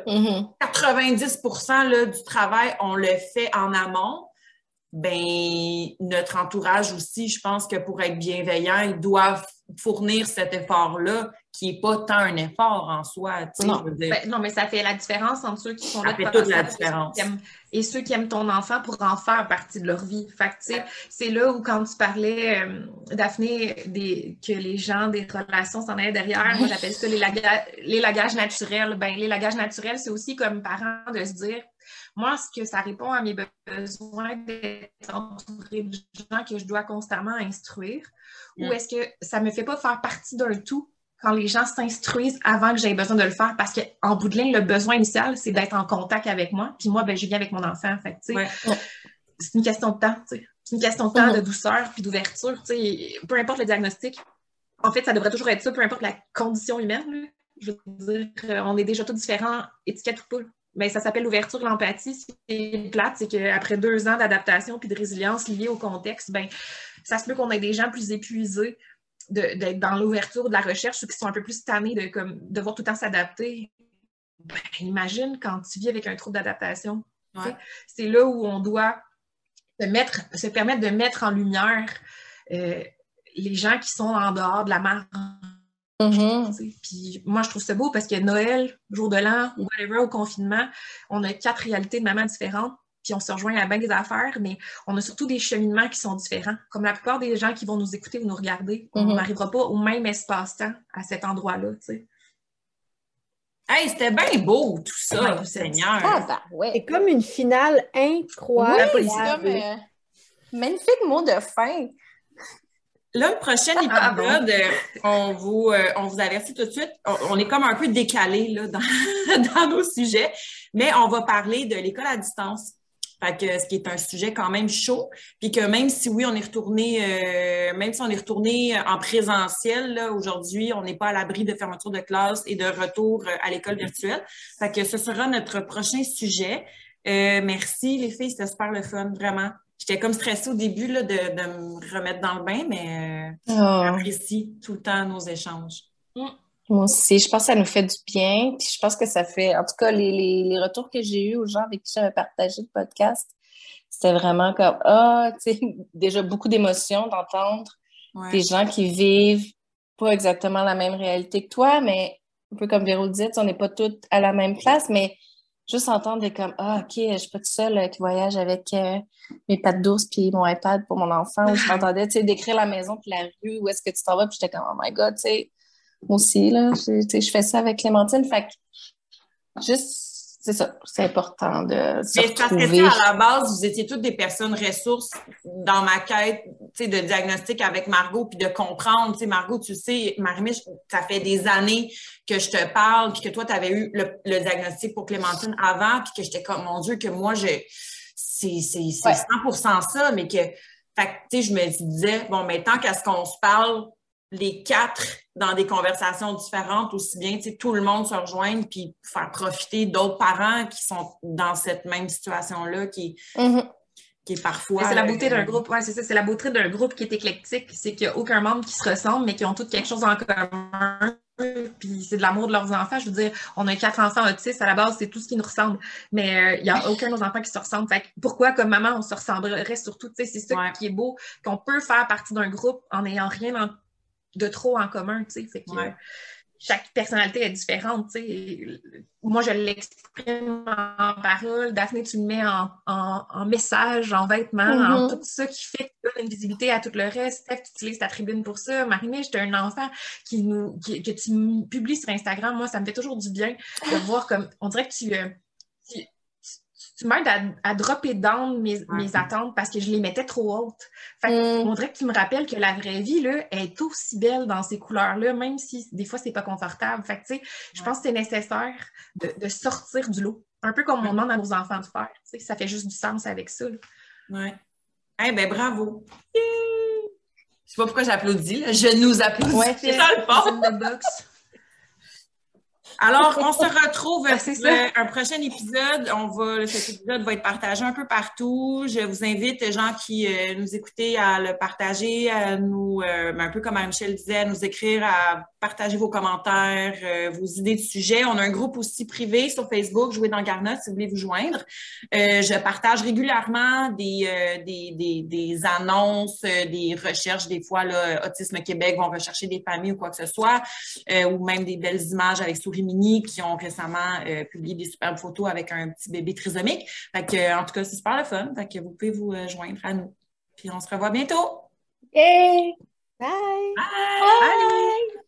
90% là, du travail, on le fait en amont. Ben notre entourage aussi, je pense que pour être bienveillant, ils doivent fournir cet effort-là qui n'est pas tant un effort en soi. Non. Non, mais ça fait la différence entre ceux qui sont là. Ça fait toute la différence. Et ceux qui aiment ton enfant pour en faire partie de leur vie. Fait que, tu sais, c'est là où quand tu parlais, Daphné, que les gens des relations s'en allaient derrière, moi j'appelle ça les lagages naturels. Ben, les lagages naturels, c'est aussi comme parent de se dire, moi, est-ce que ça répond à mes besoins d'être entourée de gens que je dois constamment instruire? Ou est-ce que ça me fait pas faire partie d'un tout quand les gens s'instruisent avant que j'aie besoin de le faire? Parce qu'en bout de ligne, le besoin initial, c'est d'être en contact avec moi. Puis moi, ben, je viens avec mon enfant. Fait que, c'est une question de temps. T'sais. C'est une question de temps, de douceur puis d'ouverture. Peu importe le diagnostic. En fait, ça devrait toujours être ça, peu importe la condition humaine. Là. Je veux dire, on est déjà tous différents, étiquette ou pas. Ben, ça s'appelle l'ouverture, l'empathie. Ce qui est plate, c'est qu'après 2 ans d'adaptation puis de résilience liée au contexte, ben, ça se peut qu'on ait des gens plus épuisés d'être dans l'ouverture de la recherche ou qui sont un peu plus tannés de devoir tout le temps s'adapter. Ben, imagine quand tu vis avec un trouble d'adaptation. Ouais. C'est là où on doit se permettre de mettre en lumière les gens qui sont en dehors de la marge. Puis moi, je trouve ça beau parce que Noël, jour de l'an, whatever, au confinement, on a 4 réalités de mamans différentes, puis on se rejoint à bien des affaires, mais on a surtout des cheminements qui sont différents. Comme la plupart des gens qui vont nous écouter ou nous regarder, on n'arrivera pas au même espace-temps à cet endroit-là, tu sais. Hey, c'était bien beau, tout ça, Seigneur! C'est comme une finale incroyable. Oui, c'est comme magnifique mot de fin. Là, le prochain épisode, on vous avertit tout de suite, on est comme un peu décalé là, dans nos sujets, mais on va parler de l'école à distance. Fait que, ce qui est un sujet quand même chaud, puis que même si oui, on est retourné en présentiel, là, aujourd'hui, on n'est pas à l'abri de fermeture de classe et de retour à l'école virtuelle. Fait que ce sera notre prochain sujet. Merci les filles, c'était super le fun, vraiment. J'étais comme stressée au début là, de me remettre dans le bain, mais j'apprécie tout le temps nos échanges. Moi aussi, je pense que ça nous fait du bien. Puis je pense que ça fait, en tout cas, les retours que j'ai eus aux gens avec qui j'avais partagé le podcast, c'était vraiment comme, tu sais, déjà beaucoup d'émotions d'entendre des gens qui vivent pas exactement la même réalité que toi, mais un peu comme Véro disait, on n'est pas toutes à la même place, mais juste entendre des comme, ah, OK, je suis pas toute seule qui voyage avec mes pattes d'ours puis mon iPad pour mon enfant, ou je m'entendais, tu sais, décrire la maison puis la rue, où est-ce que tu t'en vas, puis j'étais comme, oh my God, tu sais, moi aussi, là, tu sais, je fais ça avec Clémentine, fait que juste, c'est ça, c'est important de se Mais parce que, retrouver. à la base, vous étiez toutes des personnes ressources dans ma quête, tu sais, de diagnostic avec Margot, puis de comprendre, tu sais, Margot, tu sais, Marie-Mich, ça fait des années que je te parle, puis que toi, tu avais eu le diagnostic pour Clémentine avant, puis que j'étais comme, mon Dieu, que moi, c'est 100% ça, mais que, fait que, tu sais, je me disais, bon, mais tant qu'à ce qu'on se parle, les 4 dans des conversations différentes, aussi bien, tu sais, tout le monde se rejoigne puis faire profiter d'autres parents qui sont dans cette même situation-là qui est parfois... Mais c'est la beauté d'un groupe, ouais, c'est ça, c'est la beauté d'un groupe qui est éclectique, c'est qu'il n'y a aucun membre qui se ressemble, mais qui ont tous quelque chose en commun, puis c'est de l'amour de leurs enfants. Je veux dire, on a 4 enfants autistes, à la base, c'est tout ce qui nous ressemble, mais il n'y a aucun de nos enfants qui se ressemble. Fait que pourquoi, comme maman, on se ressemblerait surtout, tu sais, c'est ça qui est beau, qu'on peut faire partie d'un groupe en n'ayant rien de trop en commun, tu sais, fait que chaque personnalité est différente, tu sais. Moi, je l'exprime en parole, Daphné, tu le mets en message, en vêtements, en tout ça qui fait que tu donnes une visibilité à tout le reste. Steph, tu utilises ta tribune pour ça. Marie-Mich, tu as un enfant que tu publies sur Instagram. Moi, ça me fait toujours du bien de voir comme, on dirait que tu m'aides à dropper down mes attentes parce que je les mettais trop hautes. Fait on dirait que tu me rappelles que la vraie vie, là, est aussi belle dans ces couleurs-là, même si des fois, c'est pas confortable. Fait que, tu sais, je pense que c'est nécessaire de sortir du lot. Un peu comme on demande à nos enfants de faire. Tu sais, ça fait juste du sens avec ça. Oui. Eh bien, bravo. Yeah! Je sais pas pourquoi j'applaudis, là. Je nous applaudis. Ouais, c'est ça le fond. Alors, on se retrouve pour un prochain épisode. Cet épisode va être partagé un peu partout. Je vous invite, les gens qui nous écoutez, à le partager, à nous, un peu comme Michel disait, à nous écrire, à partager vos commentaires, vos idées de sujets. On a un groupe aussi privé sur Facebook, Jouer dans Garnotte, si vous voulez vous joindre. Je partage régulièrement des annonces, des recherches. Des fois, là, Autisme Québec vont rechercher des familles ou quoi que ce soit, ou même des belles images avec souris mini qui ont récemment publié des superbes photos avec un petit bébé trisomique. Fait que, en tout cas, c'est super le fun. Fait que vous pouvez vous joindre à nous. Puis on se revoit bientôt. Hey! Bye! Bye! Bye!